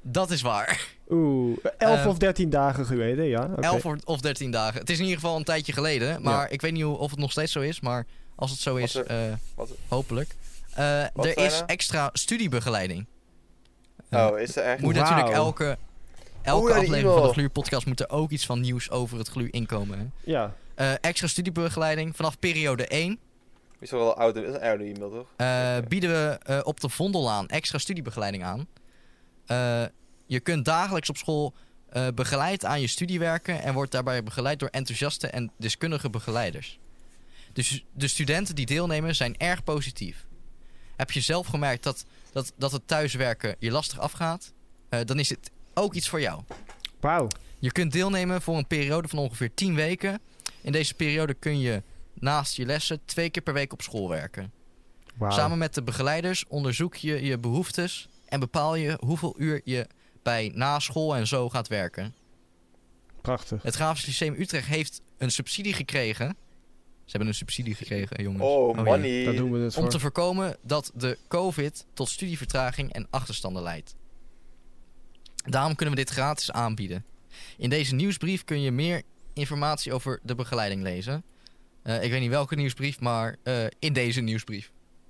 Dat is waar. Oeh, elf Eh, of dertien dagen geleden, ja. oké. elf of- of dertien dagen. Het is in ieder geval een tijdje geleden. Maar Ja. ik weet niet hoe- of het nog steeds zo is. Maar als het zo Wat is, er- eh, Wat, hopelijk. Eh, Wat er zijn is er? extra studiebegeleiding. Eh, oh, is er echt? moet Wauw. natuurlijk elke, elke Oh, ja, die aflevering van de e-mail. Gluur-podcast moet er ook iets van nieuws over het Gluur inkomen. Hè? Ja, Eh, extra studiebegeleiding vanaf periode één. Is toch wel oud? Dat is een oude e-mail, toch? eh, Oké. bieden we eh, op de Vondellaan extra studiebegeleiding aan. Eh, je kunt dagelijks op school eh, begeleid aan je studie werken en wordt daarbij begeleid door enthousiaste en deskundige begeleiders. Dus de studenten die deelnemen zijn erg positief. Heb je zelf gemerkt dat, dat, dat het thuiswerken je lastig afgaat? Eh, dan is dit ook iets voor jou. wauw. Je kunt deelnemen voor een periode van ongeveer tien weken. In deze periode kun je naast je lessen twee keer per week op school werken. Wauw. Samen met de begeleiders onderzoek je je behoeftes en bepaal je hoeveel uur je bij naschool en zo gaat werken. Prachtig. Het Grafisch Lyceum Utrecht heeft een subsidie gekregen. Ze hebben een subsidie gekregen, jongens. Oh, jee. money. Daar doen we het Om voor. te voorkomen dat de COVID tot studievertraging en achterstanden leidt. Daarom kunnen we dit gratis aanbieden. In deze nieuwsbrief kun je meer informatie over de begeleiding lezen. Eh, ik weet niet welke nieuwsbrief, maar eh, in deze nieuwsbrief.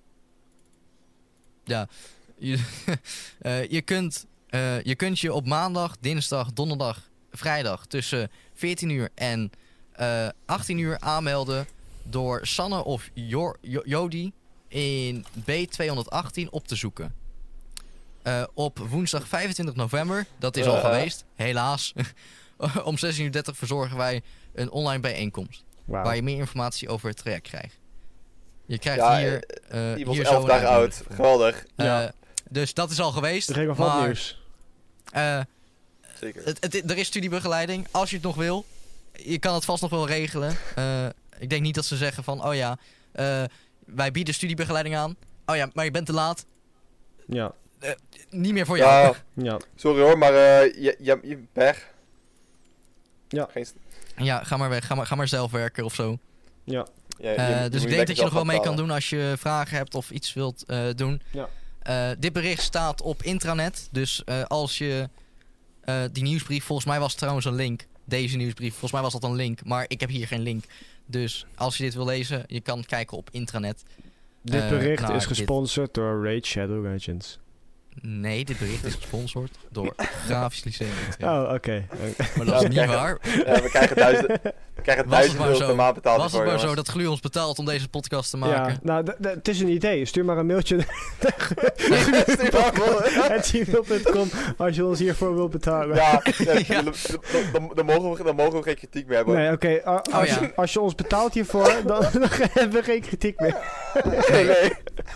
Ja, je, eh, je, kunt, eh, je kunt je op maandag, dinsdag, donderdag, vrijdag tussen veertien uur en eh, achttien uur aanmelden door Sanne of Jor, Jo- Jody in B tweehonderdachttien op te zoeken. Eh, op woensdag vijfentwintig november, dat is al Uh. geweest, helaas. Om zestien uur dertig verzorgen wij een online bijeenkomst. Wauw. Waar je meer informatie over het traject krijgt. Je krijgt Ja, hier, eh Die was hier zo elf een dagen oud. uitnodiging. Geweldig. Eh, Ja. Dus dat is al geweest. Relevant maar, nieuws. eh, Zeker. het, het, er is studiebegeleiding. Als je het nog wil, je kan het vast nog wel regelen. Eh, ik denk niet dat ze zeggen van, oh ja, eh, wij bieden studiebegeleiding aan. Oh ja, maar je bent te laat. Ja, Niet meer voor jou. Ja, ja. sorry hoor, maar eh je, je, je pech. Ja. Geen, st- Ja, ga maar weg. Ga maar, ga maar zelf werken of zo. Ja. ja, je- Eh, je dus moet ik lekker denk dat je zelf nog wel gaan mee kan betalen. doen als je vragen hebt of iets wilt eh, doen. Ja. Eh, dit bericht staat op intranet. Dus eh, als je eh, die nieuwsbrief... Volgens mij was het trouwens een link. Deze nieuwsbrief. Volgens mij was dat een link. Maar ik heb hier geen link. Dus als je dit wil lezen, je kan kijken op intranet. Dit Eh, bericht nou, is dit- gesponsord door Raid Shadow Legends. Nee, dit bericht is gesponsord door Grafisch Lyceum Utrecht. Oh, oké. Maar dat is Ja, niet we waar. Ja, we krijgen duizend, we krijgen Was het duizend maar euro zo. per maand betaald Was het voor, maar zo jongens. dat Glu ons betaalt om deze podcast te maken? Ja, nou, d- d- het is een idee. Stuur maar een mailtje Stuur maar voor. naar gmail punt com als je ons hiervoor wilt betalen. Ja, ja, Ja. Dan, dan, dan, mogen we, dan mogen we geen kritiek meer hebben. Nee, oké. a- als, Oh, ja. je, als je ons betaalt hiervoor, dan, dan hebben we geen kritiek meer. Nee, nee.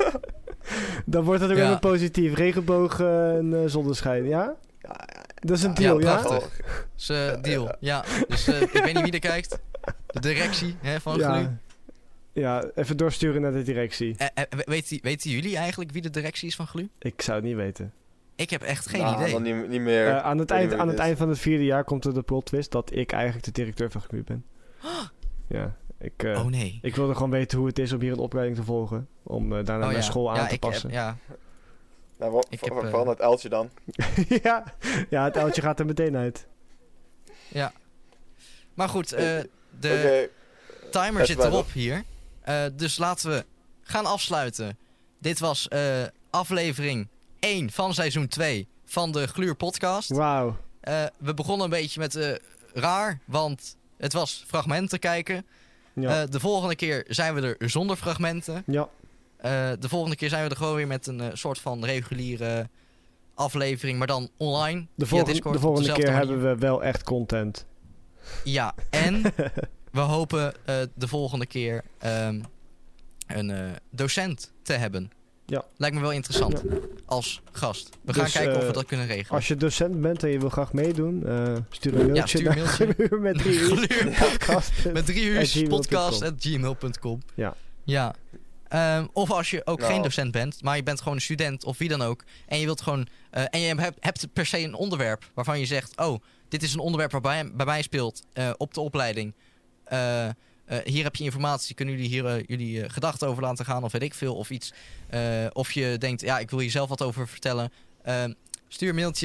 Dan wordt het ook Ja. helemaal positief. Regenboog eh, en eh, zonneschijn, ja? Ja, ja, Dat is een Ja, deal, ja? prachtig. Dus eh, deal. Ja, dus eh, ik weet niet wie er kijkt. De directie hè, van Glu. Ja. Ja, even doorsturen naar de directie. Eh, eh, we- weten, weten jullie eigenlijk wie de directie is van Glu? Ik zou het niet weten. Ik heb echt geen Nou, idee. Dan niet, niet meer. Eh, aan het, weet eind, niet aan wie het het eind van het vierde jaar komt er de plot twist dat ik eigenlijk de directeur van Glu ben. Ja, ik, eh, Oh nee. ik wilde gewoon weten hoe het is om hier een opleiding te volgen. Om eh, daarna Oh, mijn ja. school aan ja, te ik passen. Heb, ja, Nou, wa- Ik va- heb, va- eh, Vooral het uiltje dan. ja, ja, het uiltje gaat er meteen uit. ja. Maar goed, eh, de Oké. timer best zit wel. erop hier. Eh, dus laten we gaan afsluiten. Dit was eh, aflevering één van seizoen twee van de Gluur podcast. Wauw. Eh, we begonnen een beetje met eh, raar, want het was fragmenten kijken. Ja. Eh, de volgende keer zijn we er zonder fragmenten. ja. Eh, de volgende keer zijn we er gewoon weer met een eh, soort van reguliere aflevering, maar dan online. De, via volgende, Discord, de op volgende dezelfde keer manier. hebben we wel echt content. Ja, en we hopen eh, de volgende keer ehm, een eh, docent te hebben. Ja. Lijkt me wel interessant als gast. We gaan Dus, kijken of we eh, dat kunnen regelen. Als je docent bent en je wil graag meedoen, eh, stuur een mailtje stuur een naar mailtje. Gluur met drie uur Gluur podcast. Met drie at uur gmail punt com. podcast at gmail punt com. Ja. Ja. Ehm, of als je ook Nou. geen docent bent, maar je bent gewoon een student of wie dan ook. En je wilt gewoon. eh, en je hebt, hebt per se een onderwerp waarvan je zegt: oh, dit is een onderwerp waarbij bij mij speelt eh, op de opleiding. Eh, eh, hier heb je informatie, kunnen jullie hier eh, jullie eh, gedachten over laten gaan, of weet ik veel, of iets. Eh, of je denkt, ja, ik wil hier zelf wat over vertellen. Ehm, stuur een mailtje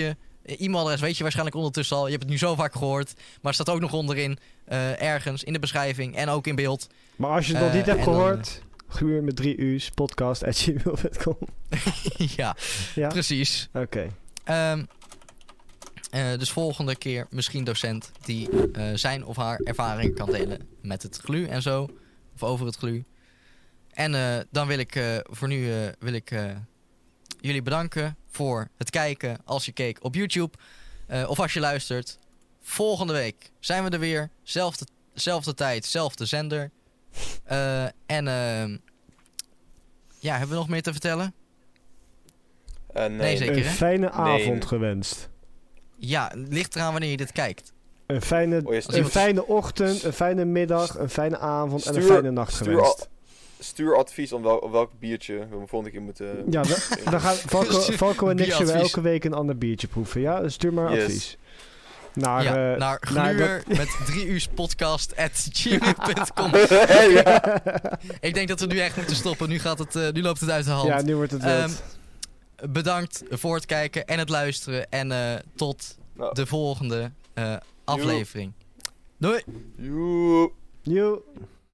E-mailadres weet je waarschijnlijk ondertussen al. Je hebt het nu zo vaak gehoord. Maar het staat ook nog onderin. Uh, ergens in de beschrijving. En ook in beeld. Maar als je het nog Uh, niet hebt en dan, gehoord... Gluur met drie u's, podcast at gmail dot com. ja, Ja? precies. Oké. Um, uh, dus volgende keer misschien docent die uh, zijn of haar ervaring kan delen met het G L U en zo. Of over het G L U. En uh, dan wil ik uh, voor nu uh, wil ik, uh, jullie bedanken voor het kijken als je keek op YouTube. Uh, of als je luistert. Volgende week zijn we er weer. Zelfde, zelfde tijd, zelfde zender. Uh, en uh, ja, hebben we nog meer te vertellen? Uh, nee. Nee, zeker. Een hè? fijne avond Nee. gewenst. Ja, het ligt eraan wanneer je dit kijkt. Een fijne, Oh, je een stuurt- fijne ochtend, een fijne middag, een fijne avond en een Stuur- fijne nacht stuur gewenst. al- Stuur advies om wel, op welk biertje we de volgende keer moeten... Ja, we, dan gaan Falco, Falco en ik zullen Bieradvies. elke week een ander biertje proeven. Ja, dus stuur maar Yes. advies. Naar, ja, eh, naar naar gluur met drie uur podcast at gmail dot com. ja. Ik denk dat we nu echt moeten stoppen. Nu, gaat het, uh, nu loopt het uit de hand. ja, nu wordt het Ehm, wild. Bedankt voor het kijken en het luisteren. En uh, tot Nou, de volgende uh, aflevering. Doei! joe. Joe.